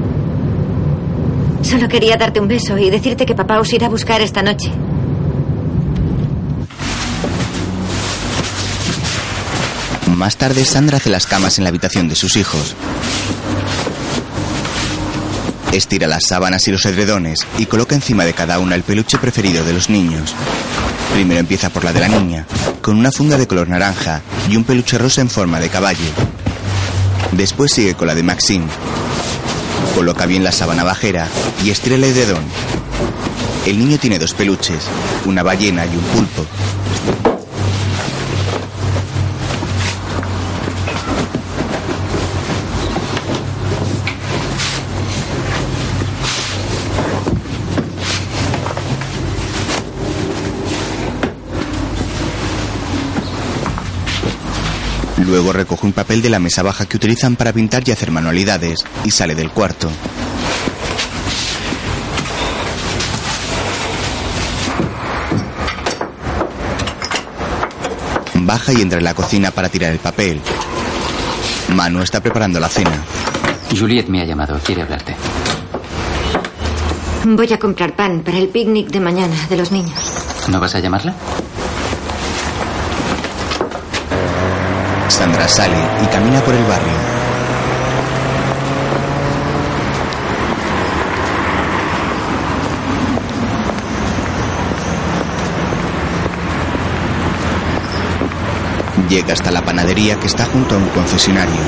Solo quería darte un beso y decirte que papá os irá a buscar esta noche. Más tarde, Sandra hace las camas en la habitación de sus hijos. Estira las sábanas y los edredones y coloca encima de cada una el peluche preferido de los niños. Primero empieza por la de la niña, con una funda de color naranja y un peluche rosa en forma de caballo. Después sigue con la de Maxim. Coloca bien la sábana bajera y estira el edredón. El niño tiene dos peluches, una ballena y un pulpo. Luego recoge un papel de la mesa baja que utilizan para pintar y hacer manualidades y sale del cuarto. Baja y entra en la cocina para tirar el papel. Manu está preparando la cena. Juliet me ha llamado, quiere hablarte. Voy a comprar pan para el picnic de mañana de los niños. ¿No vas a llamarla? Sandra sale y camina por el barrio. Llega hasta la panadería que está junto a un concesionario.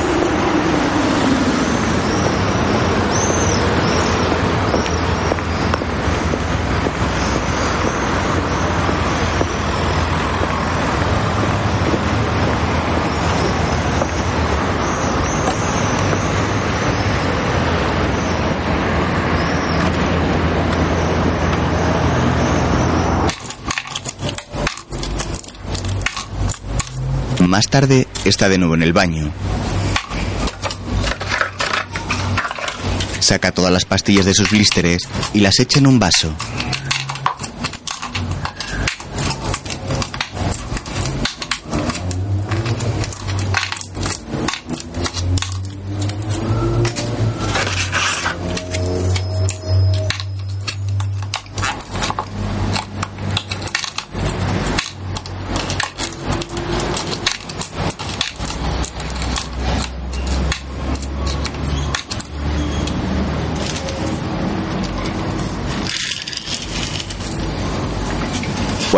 Más tarde, está de nuevo en el baño. Saca todas las pastillas de sus blísteres y las echa en un vaso.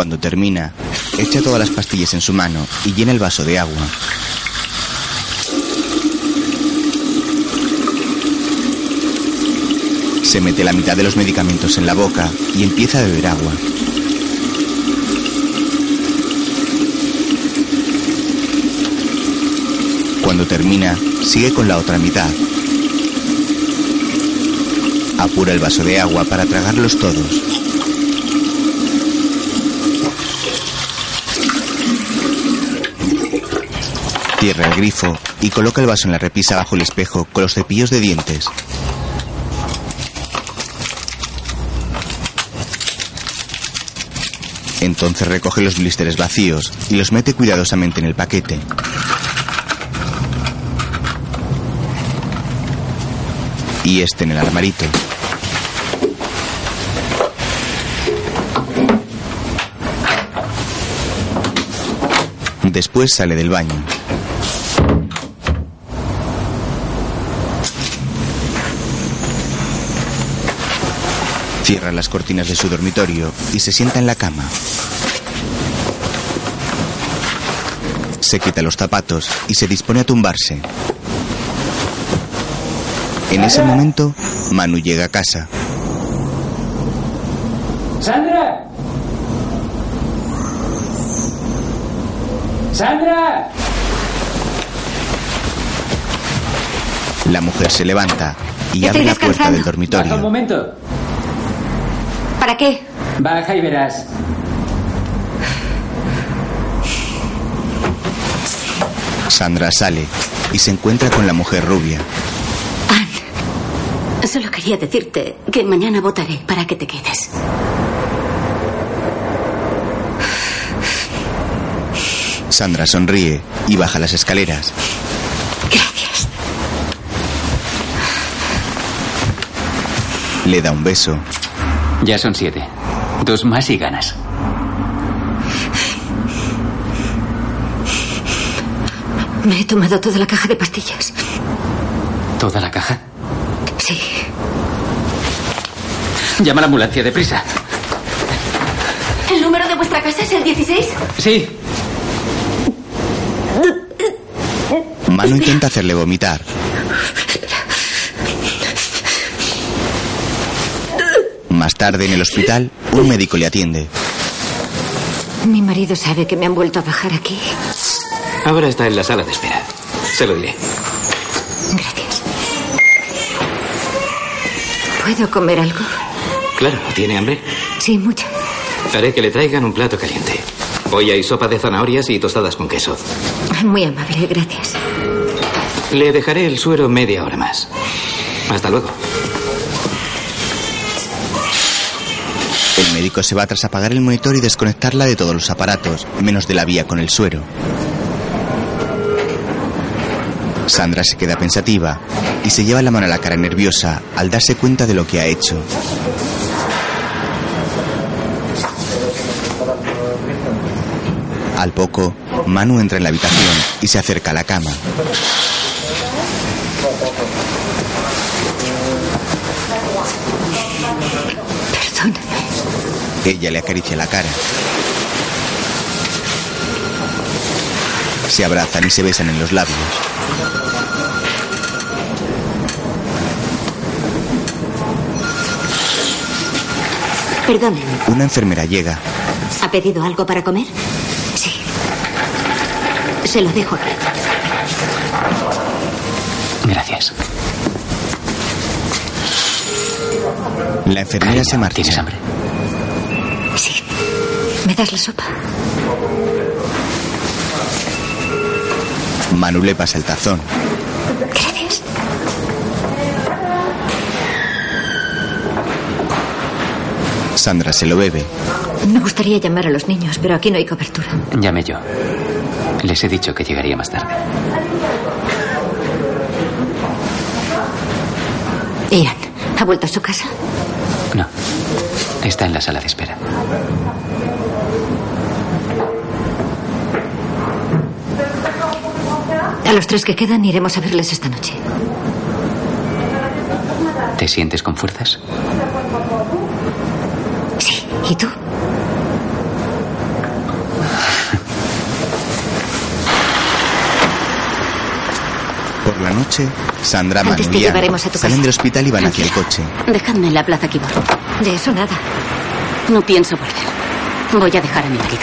Cuando termina, echa todas las pastillas en su mano y llena el vaso de agua. Se mete la mitad de los medicamentos en la boca y empieza a beber agua. Cuando termina, sigue con la otra mitad. Apura el vaso de agua para tragarlos todos. Cierra el grifo y coloca el vaso en la repisa bajo el espejo con los cepillos de dientes. Entonces recoge los blísteres vacíos y los mete cuidadosamente en el paquete. Y este en el armarito. Después sale del baño. Cierra las cortinas de su dormitorio y se sienta en la cama. Se quita los zapatos y se dispone a tumbarse. En ese momento, Manu llega a casa. ¡Sandra! ¡Sandra! La mujer se levanta y abre la puerta del dormitorio. Baja un momento. ¿Para qué? Baja y verás. Sandra sale y se encuentra con la mujer rubia. Anne, solo quería decirte que mañana votaré para que te quedes. Sandra sonríe y baja las escaleras. Gracias. Le da un beso. Ya son siete. Dos más y ganas. Me he tomado toda la caja de pastillas. ¿Toda la caja? Sí. Llama a la ambulancia, deprisa. ¿El número de vuestra casa es el dieciséis? Sí. Manu intenta hacerle vomitar. Más tarde, en el hospital, un médico le atiende. Mi marido sabe que me han vuelto a bajar aquí. Ahora está en la sala de espera. Se lo diré. Gracias. ¿Puedo comer algo? Claro, ¿tiene hambre? Sí, mucha. Haré que le traigan un plato caliente. Hoy hay sopa de zanahorias y tostadas con queso. Muy amable, gracias. Le dejaré el suero media hora más. Hasta luego. El médico se va tras apagar el monitor y desconectarla de todos los aparatos, menos de la vía con el suero. Sandra se queda pensativa y se lleva la mano a la cara nerviosa al darse cuenta de lo que ha hecho. Al poco, Manu entra en la habitación y se acerca a la cama. Perdóname. Ella le acaricia la cara. Se abrazan y se besan en los labios. Perdone. Una enfermera llega. ¿Ha pedido algo para comer? Sí. Se lo dejo aquí. Gracias. La enfermera se marcha. ¿Tienes hambre? Sí. ¿Me das la sopa? Manu le pasa el tazón. Gracias. Sandra se lo bebe. Me gustaría llamar a los niños, pero aquí no hay cobertura. Llame yo. Les he dicho que llegaría más tarde. Ian, ¿ha vuelto a su casa? No. Está en la sala de espera. A los tres que quedan iremos a verles esta noche. ¿Te sientes con fuerzas? Sí. ¿Y tú? Por la noche, Sandra, Manu Antes te y Anne llevaremos a tu salen casa. del hospital y van hacia el coche. Dejadme en la plaza Kibor. De eso nada. No pienso volver. Voy a dejar a mi marido.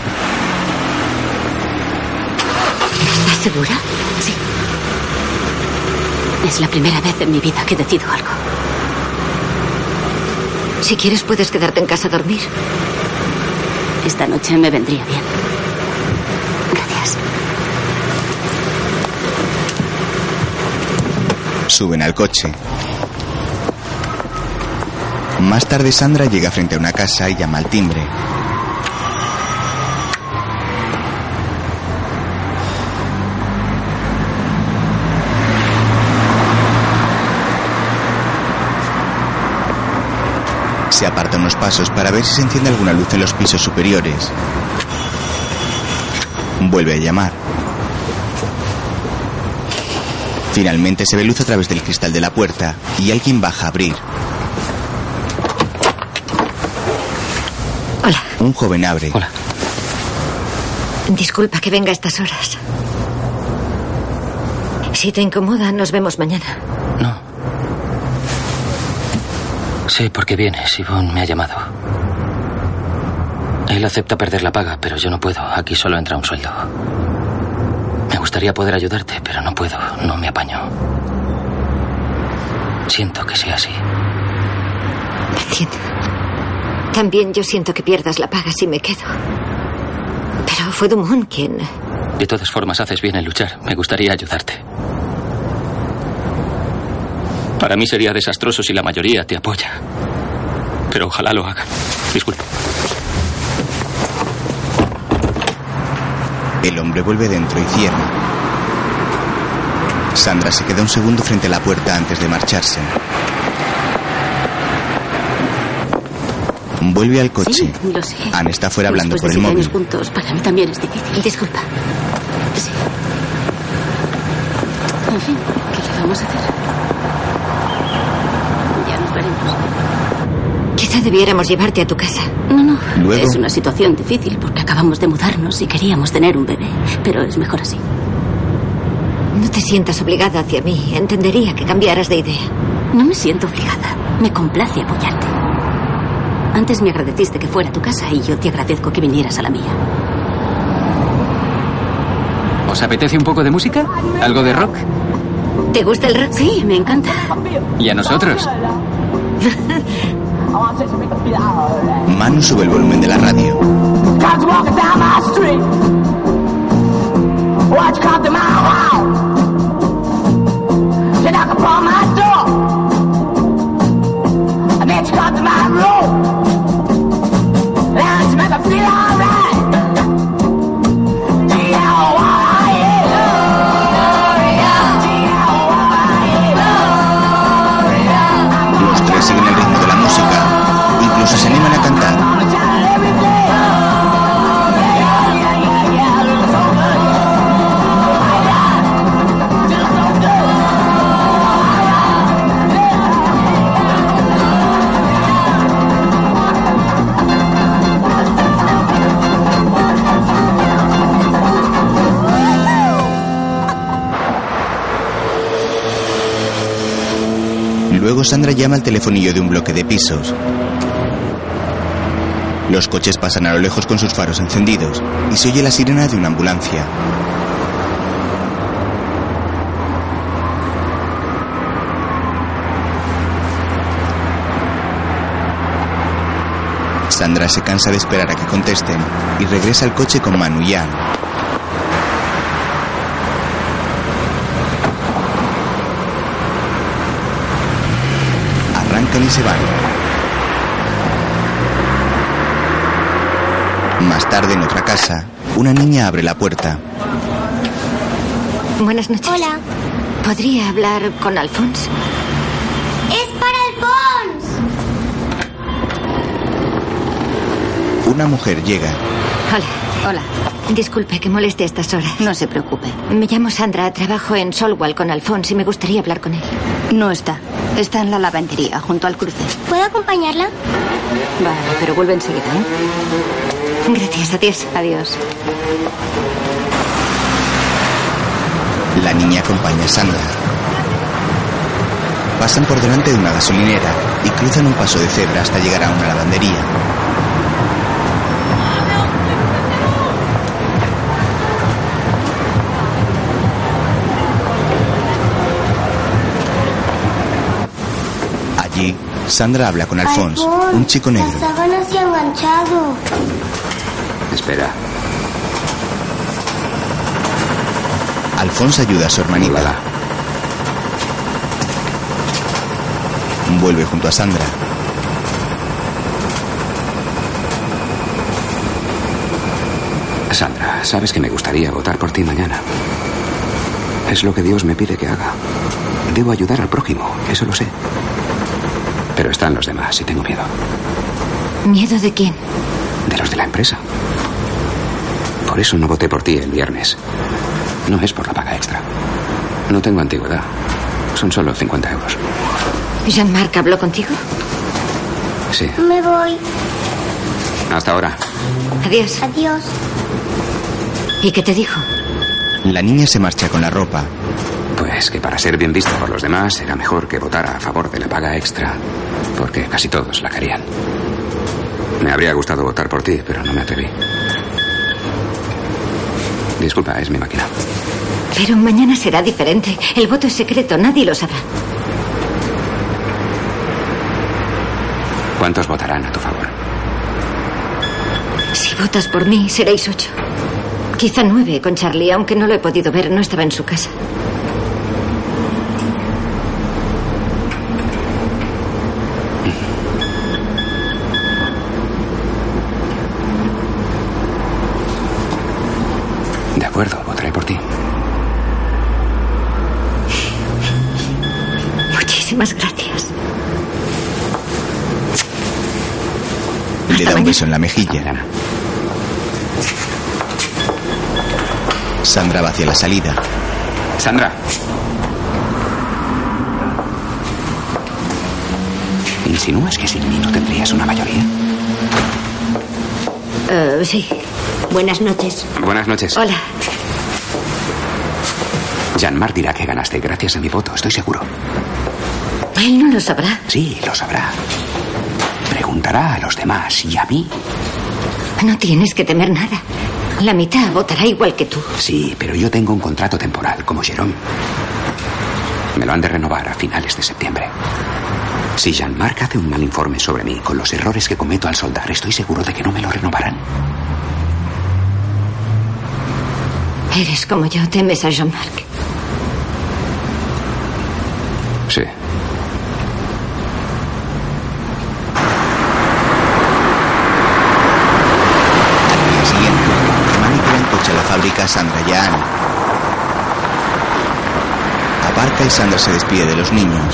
¿Estás segura? Sí. Es la primera vez en mi vida que decido algo. Si quieres, puedes quedarte en casa a dormir. Esta noche me vendría bien. Gracias. Suben al coche. Más tarde, Sandra llega frente a una casa y llama al timbre. Se aparta unos pasos para ver si se enciende alguna luz en los pisos superiores. Vuelve a llamar. Finalmente se ve luz a través del cristal de la puerta y alguien baja a abrir. Hola. Un joven abre. Hola. Disculpa que venga a estas horas. Si te incomoda, nos vemos mañana. No. Sé por qué vienes. Yvonne me ha llamado. Él acepta perder la paga, pero yo no puedo. Aquí solo entra un sueldo. Me gustaría poder ayudarte, pero no puedo. No me apaño. Siento que sea así. Entiendo. También yo siento que pierdas la paga si me quedo. Pero fue Dumont quien... De todas formas, haces bien en luchar. Me gustaría ayudarte. Para mí sería desastroso si la mayoría te apoya. Pero ojalá lo haga. Disculpe. El hombre vuelve dentro y cierra. Sandra se queda un segundo frente a la puerta antes de marcharse. Vuelve al coche. Sí, lo sé. Anne está fuera hablando Después por de el siete móvil. años juntos, para mí también es difícil. Disculpa. Sí. En fin, ¿qué le vamos a hacer? Ya nos veremos. Quizá debiéramos llevarte a tu casa. No, no. Luego- Es una situación difícil porque acabamos de mudarnos y queríamos tener un bebé. Pero es mejor así. No te sientas obligada hacia mí. Entendería que cambiaras de idea. No me siento obligada. Me complace apoyarte. Antes me agradeciste que fuera a tu casa y yo te agradezco que vinieras a la mía. ¿Os apetece un poco de música? ¿Algo de rock? ¿Te gusta el rock? Sí, me encanta. ¿Y a nosotros? Manu sube el volumen de la radio. Los tres siguen el ritmo de la música. Incluso se animan a cantar. Luego Sandra llama al telefonillo de un bloque de pisos. Los coches pasan a lo lejos con sus faros encendidos y se oye la sirena de una ambulancia. Sandra se cansa de esperar a que contesten y regresa al coche con Manu y Anne. Arrancan y se van. Más tarde, en otra casa, una niña abre la puerta. Buenas noches. Hola. ¿Podría hablar con Alphonse? ¡Es para Alphonse! Una mujer llega. Hola. Hola. Disculpe que moleste a estas horas. No se preocupe. Me llamo Sandra, trabajo en Solwall con Alphonse y me gustaría hablar con él. No está. Está en la lavandería, junto al cruce. ¿Puedo acompañarla? Vale, pero vuelve enseguida, ¿eh? Gracias, adiós. Adiós. La niña acompaña a Sandra. Pasan por delante de una gasolinera y cruzan un paso de cebra hasta llegar a una lavandería. Allí, Sandra habla con Alphonse, Alphonse, un chico negro. Las sábanas se han enganchado. Espera. Alphonse ayuda a su hermanita. Vuelve junto a Sandra. Sandra, sabes que me gustaría votar por ti mañana. Es lo que Dios me pide que haga. Debo ayudar al prójimo, eso lo sé. Pero están los demás y tengo miedo. ¿Miedo de quién? De los de la empresa. Por eso no voté por ti el viernes. No es por la paga extra. No tengo antigüedad. Son solo cincuenta euros. ¿Jean-Marc habló contigo? Sí. Me voy. Hasta ahora. Adiós. Adiós. ¿Y qué te dijo? La niña se marcha con la ropa. Pues que para ser bien vista por los demás era mejor que votara a favor de la paga extra, porque casi todos la querían. Me habría gustado votar por ti, pero no me atreví. Disculpa, es mi máquina. Pero mañana será diferente. El voto es secreto, nadie lo sabrá. ¿Cuántos votarán a tu favor? Si votas por mí, seréis ocho. Quizá nueve con Charlie, aunque no lo he podido ver, no estaba en su casa. De acuerdo, votaré por ti. Muchísimas gracias. Le da un beso en la mejilla. Sandra va hacia la salida. Sandra. ¿Insinúas que sin mí no tendrías una mayoría? Uh, sí. Buenas noches. Buenas noches. Hola. Jean-Marc dirá que ganaste gracias a mi voto, estoy seguro. Él no lo sabrá. Sí, lo sabrá. Preguntará a los demás y a mí. No tienes que temer nada. La mitad votará igual que tú. Sí, pero yo tengo un contrato temporal, como Jérôme. Me lo han de renovar a finales de septiembre. Si Jean-Marc hace un mal informe sobre mí con los errores que cometo al soldar, estoy seguro de que no me lo renovarán. Eres como yo, temes a Jean-Marc. Sí. A la fábrica Sandra y a Anne. Aparca y Sandra se despide de los niños.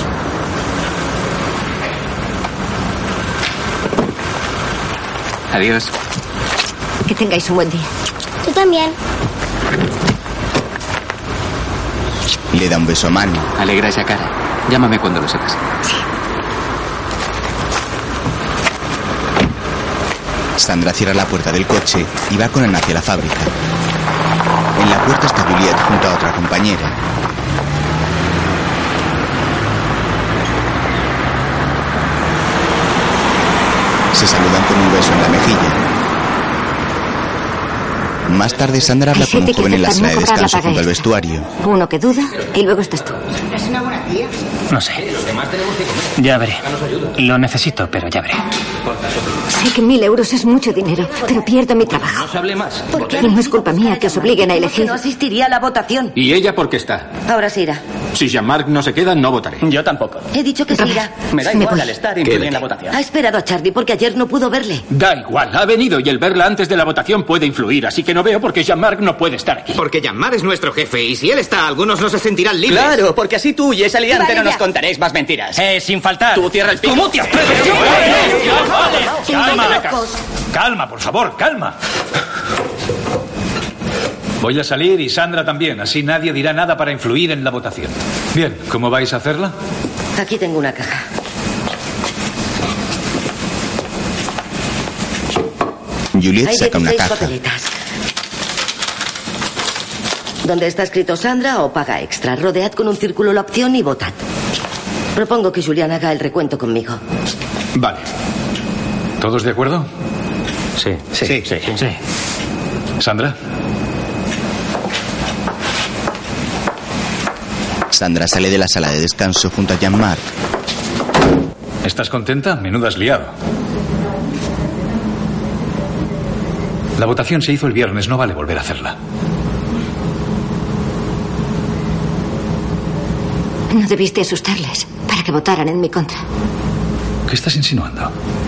Adiós. Que tengáis un buen día. Tú también. Le da un beso a Manny. Alegra esa cara. Llámame cuando lo sepas. Sí. Sandra cierra la puerta del coche y va con Anne hacia la fábrica. En la puerta está Juliette junto a otra compañera. Se saludan con un beso en la mejilla. Más tarde Sandra habla con un joven en la sala de descanso junto al vestuario. Uno que duda y luego estás tú. Es una buena tía. No sé. Ya veré. Lo necesito, pero ya veré. Sé que mil euros es mucho dinero, pero pierdo mi trabajo. No se hable más. ¿Por qué? Y no es culpa mía que os obliguen a elegir. No asistiría a la votación. ¿Y ella por qué está? Ahora se irá. Si Jean-Marc no se queda, no votaré. Yo tampoco. He dicho que se irá. Me da Me igual voy. al estar influye en la votación. Ha esperado a Charlie porque ayer no pudo verle. Da igual, ha venido y el verla antes de la votación puede influir, así que no veo por qué Jean-Marc no puede estar aquí. Porque Jean-Marc es nuestro jefe y si él está, algunos no se sentirán libres. Claro, porque así tú y esa liante Vale, no nos ya. contaréis más mentiras. Eh, sin faltar. Tú cierra el pico. ¿Cómo te atreves? Calma. Calma, por favor, calma. Voy a salir y Sandra también, así nadie dirá nada para influir en la votación. Bien, ¿cómo vais a hacerla? Aquí tengo una caja. Juliette Hay saca una dieciséis caja. papeletas. Donde está escrito Sandra o paga extra. Rodead con un círculo la opción y votad. Propongo que Julián haga el recuento conmigo. Vale. ¿Todos de acuerdo? Sí, sí, sí. sí. sí. ¿Sandra? Sandra sale de la sala de descanso junto a Jean-Marc. ¿Estás contenta? Menudo has liado. La votación se hizo el viernes, no vale volver a hacerla. No debiste asustarles para que votaran en mi contra. ¿Qué estás insinuando?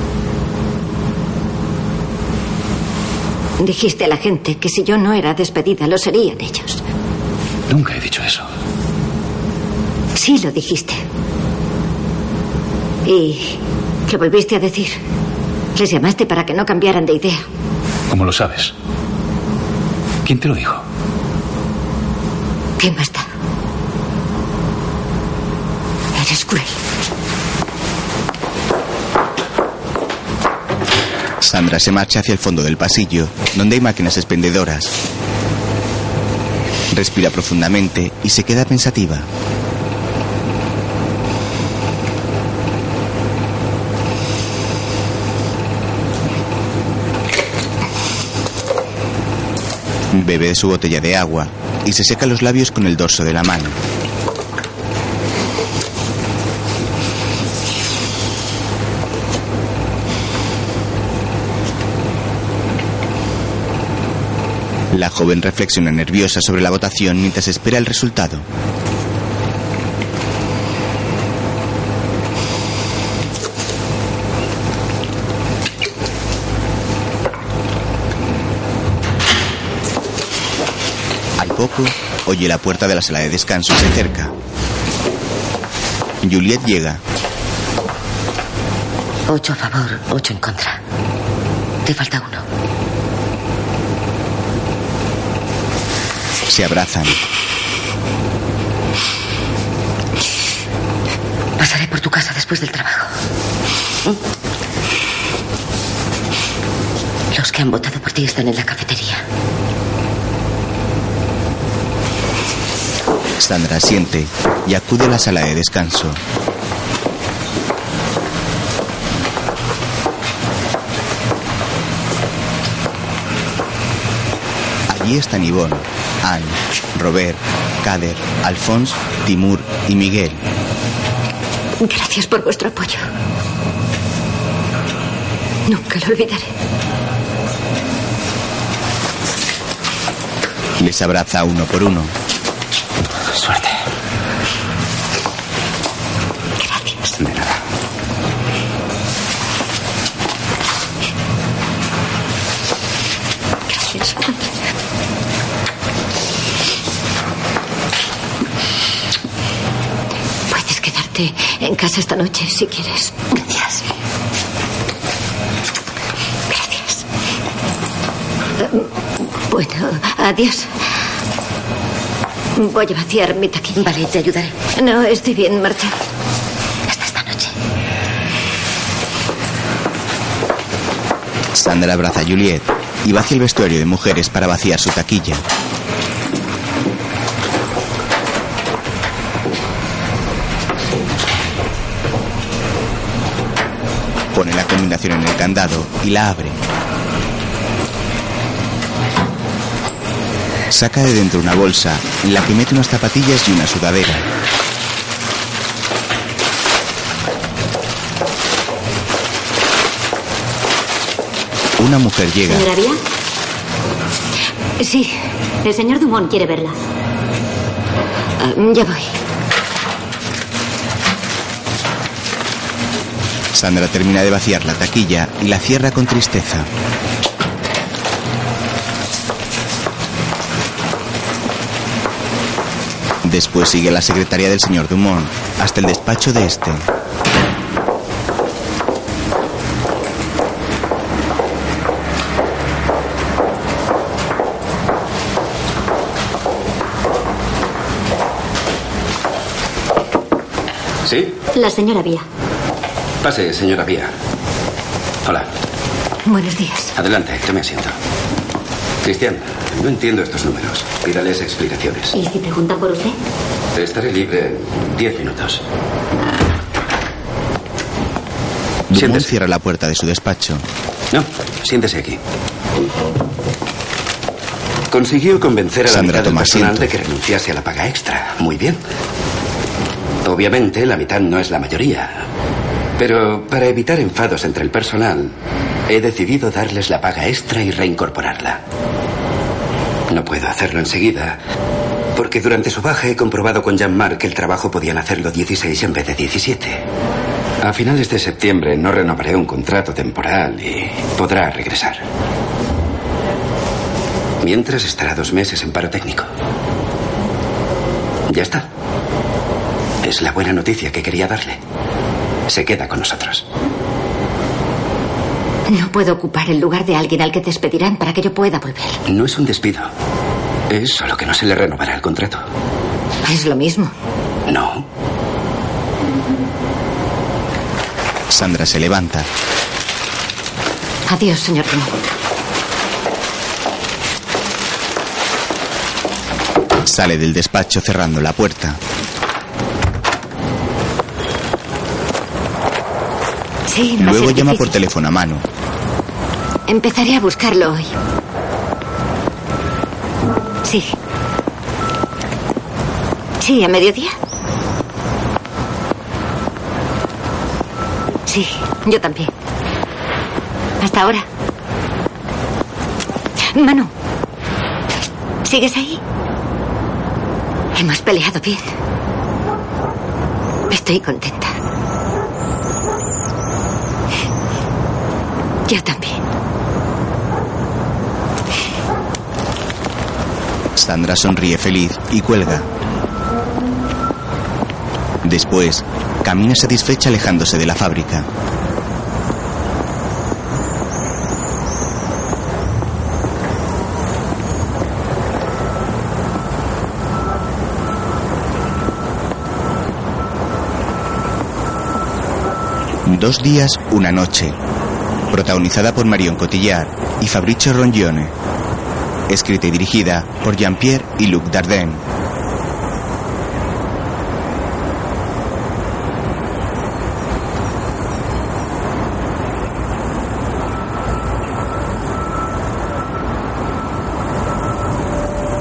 Dijiste a la gente que si yo no era despedida, lo serían ellos. Nunca he dicho eso. Sí lo dijiste. Y lo volviste a decir. Les llamaste para que no cambiaran de idea. ¿Cómo lo sabes? ¿Quién te lo dijo? ¿Qué más da? Eres cruel. Sandra se marcha hacia el fondo del pasillo, donde hay máquinas expendedoras. Respira profundamente y se queda pensativa. Bebe de su botella de agua y se seca los labios con el dorso de la mano. La joven reflexiona nerviosa sobre la votación mientras espera el resultado. Al poco, oye la puerta de la sala de descanso y se acerca. Juliet llega. Ocho a favor, ocho en contra. Te falta uno. Se abrazan. Pasaré por tu casa después del trabajo. Los que han votado por ti están en la cafetería. Sandra asiente y acude a la sala de descanso. Allí están Yvonne, Anne, Robert, Kader, Alphonse, Timur y Miguel. Gracias por vuestro apoyo. Nunca lo olvidaré. Les abraza uno por uno. Suerte. Gracias. De nada. Gracias. Puedes quedarte en casa esta noche si quieres. Gracias. Gracias. Bueno, adiós. Voy a vaciar mi taquilla. Vale, te ayudaré. No, estoy bien, marcha. Hasta esta noche. Sandra abraza a Juliet y va hacia el vestuario de mujeres para vaciar su taquilla. Pone la combinación en el candado y la abre. Saca de dentro una bolsa en la que mete unas zapatillas y una sudadera. Una mujer llega. ¿Señora Vía? Sí. El señor Dumont quiere verla. Uh, ya voy. Sandra termina de vaciar la taquilla y la cierra con tristeza. Después sigue la secretaria del señor Dumont hasta el despacho de este. ¿Sí? La señora Vía. Pase, señora Vía. Hola. Buenos días. Adelante, tome asiento. Cristian, no entiendo estos números. Pídales explicaciones. ¿Y si preguntan por usted? Estaré libre en diez minutos. Dumont cierra la puerta de su despacho. No, siéntese aquí. Consiguió convencer a la Sandra mitad del toma personal asiento. de que renunciase a la paga extra. Muy bien. Obviamente, la mitad no es la mayoría. Pero para evitar enfados entre el personal, he decidido darles la paga extra y reincorporarla. No puedo hacerlo enseguida, porque durante su baja he comprobado con Jean-Marc que el trabajo podían hacerlo dieciséis en vez de diecisiete. A finales de septiembre no renovaré un contrato temporal y podrá regresar. Mientras estará dos meses en paro técnico. Ya está. Es la buena noticia que quería darle. Se queda con nosotros. No puedo ocupar el lugar de alguien al que despedirán para que yo pueda volver. No es un despido. Es solo que no se le renovará el contrato. Es lo mismo. No. Sandra se levanta. Adiós, señor Dumont. Sale del despacho cerrando la puerta. Sí, va a Luego ser llama difícil. por teléfono a Manu. Empezaré a buscarlo hoy. Sí. Sí, a mediodía. Sí, yo también. Hasta ahora. Manu, ¿sigues ahí? Hemos peleado bien. Estoy contenta. Yo también. Sandra sonríe feliz y cuelga. Después, camina satisfecha alejándose de la fábrica. Dos días, una noche. Protagonizada por Marion Cotillard y Fabrizio Rongione. Escrita y dirigida por Jean-Pierre y Luc Dardenne.